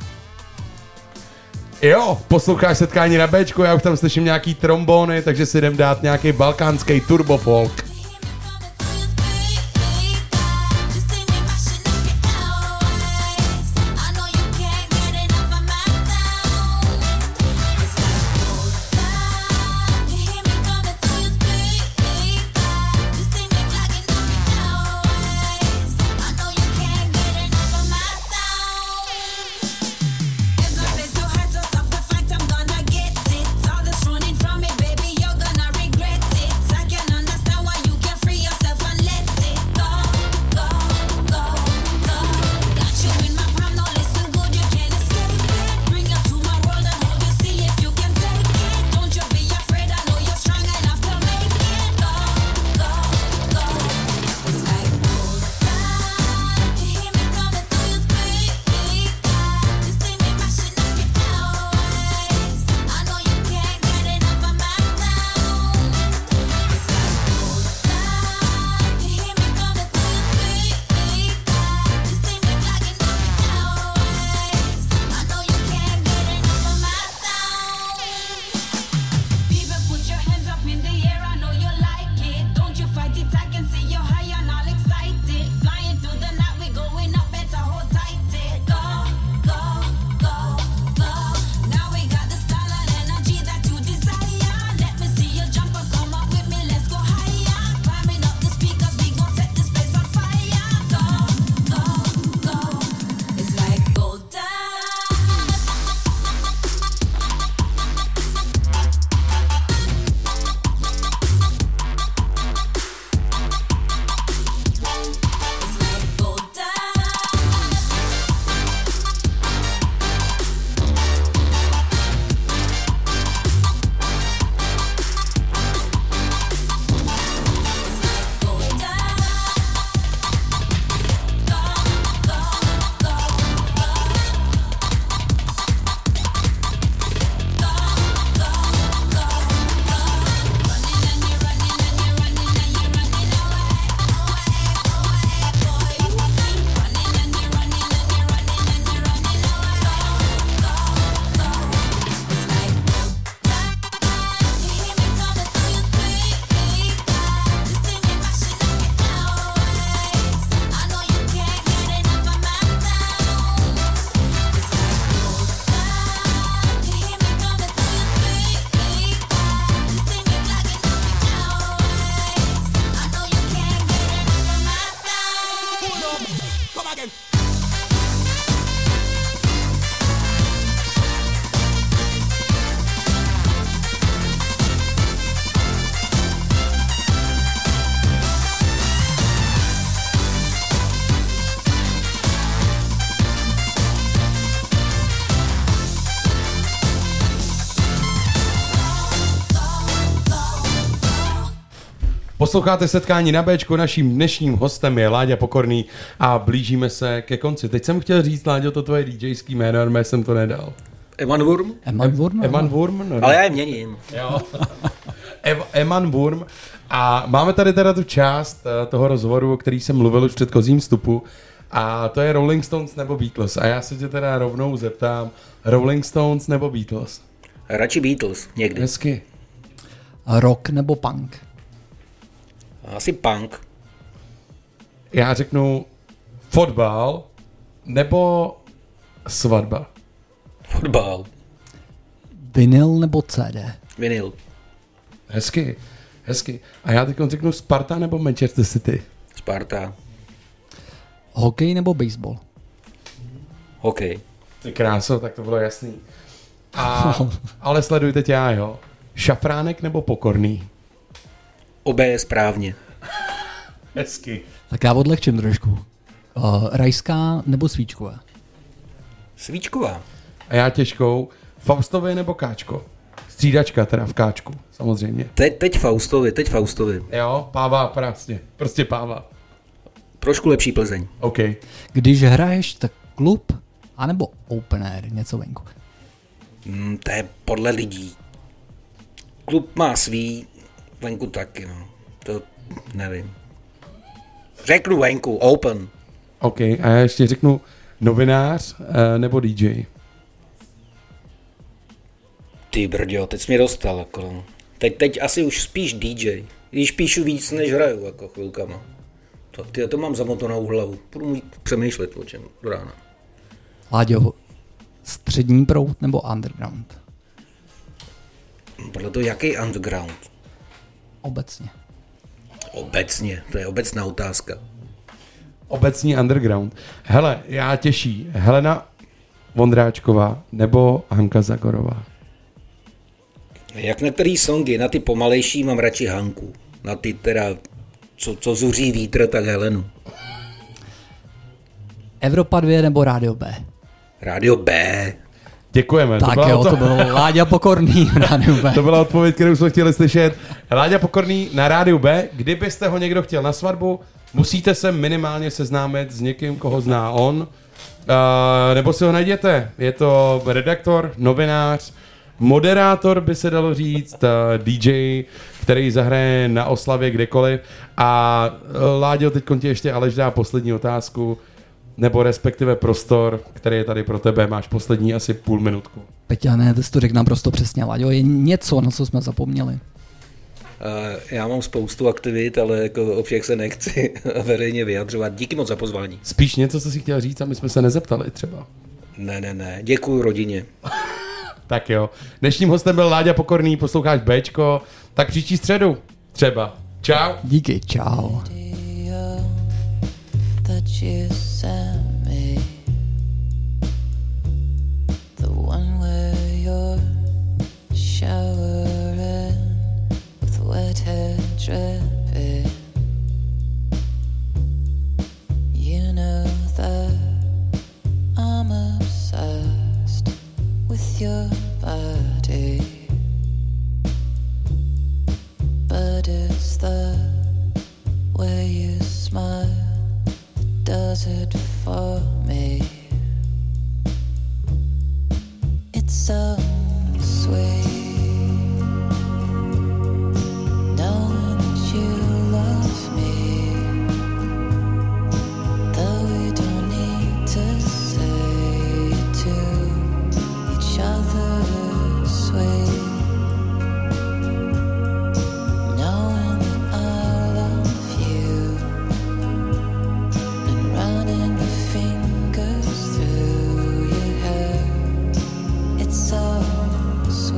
Jo, posloucháš Setkání na Bčku, já už tam slyším nějaký trombony, takže si jdem dát nějaký balkánský turbofolk. All this running from me, baby, you're gonna regret it. I can understand why Posloucháte Setkání na Bčku, naším dnešním hostem je Láďa Pokorný a blížíme se ke konci. Teď jsem chtěl říct, Láďo, to tvoje DJský jméno, ale jsem to nedal. Eman Wurm? Eman Wurm? No. Ale já je měním. Jo. Eman Wurm. A máme tady teda tu část toho rozhovoru, o který jsem mluvil už v předchozím vstupu. A to je Rolling Stones nebo Beatles. A já se tě teda rovnou zeptám, Rolling Stones nebo Beatles? Radši Beatles, někdy. Hezky. Rock nebo punk? Asi punk. Já řeknu fotbal nebo svatba. Fotbal. Vinyl nebo CD? Vinyl. Hezky. A já teď řeknu Sparta nebo Manchester City? Sparta. Hokej nebo baseball? Hokej. Ty kráso, tak to bylo jasný. Ale sledujte tě já, jo. Šafránek nebo Pokorný? Obé je správně. Hezky. Tak já odlehčím trošku. Rajská nebo svíčková? Svíčková. A já těžkou. Faustově nebo Káčko? Střídačka teda v Káčku, samozřejmě. Teď Faustovi. Jo, Páva, prostě Páva. Trošku lepší Plzeň. OK. Když hraješ, tak klub anebo open air, něco venku? To je podle lidí. Klub má svý, venku taky, no. To nevím. Řeknu venku, open. OK, a já ještě řeknu novinář nebo DJ. Ty brďo, teď jsi mě dostal, jako. Teď asi už spíš DJ. Když píšu víc, než hraju, jako chvilkama. To mám zamotanou hlavu. Budu mít přemýšlet o čem do rána. Láďo, střední proud nebo underground? Podle toho, jaký underground? Obecně, to je obecná otázka. Obecní underground. Hele, já těší. Helena Vondráčková nebo Hanka Zagorová? Jak na který songy, na ty pomalejší mám radši Hanku. Na ty teda, co zuří vítr, tak Helenu. Evropa 2 nebo Rádio B? Rádio B. Děkujeme. Tak to byl Láďa Pokorný v Rádiu B. To byla odpověď, kterou jsme chtěli slyšet. Láďa Pokorný na Rádiu B. Kdybyste ho někdo chtěl na svatbu, musíte se minimálně seznámit s někým, koho zná on. Nebo si ho najděte. Je to redaktor, novinář, moderátor, by se dalo říct, DJ, který zahraje na oslavě kdekoliv. A Láďo, teď ti ještě Aleš dá poslední otázku, nebo respektive prostor, který je tady pro tebe. Máš poslední asi půl minutku. Peťa, ne, ty jsi to řekl naprosto přesně, Láďo. Je něco, na co jsme zapomněli? Já mám spoustu aktivit, ale jako o všech se nechci veřejně vyjadřovat. Díky moc za pozvání. Spíš něco, co jsi chtěl říct, a my jsme se nezeptali třeba. Ne, děkuju rodině. Tak jo. Dnešním hostem byl Láďa Pokorný, posloucháš Bčko, tak příští středu třeba. Čau. Díky, čau. You know that I'm obsessed with your body, but it's the way you smile that does it for me.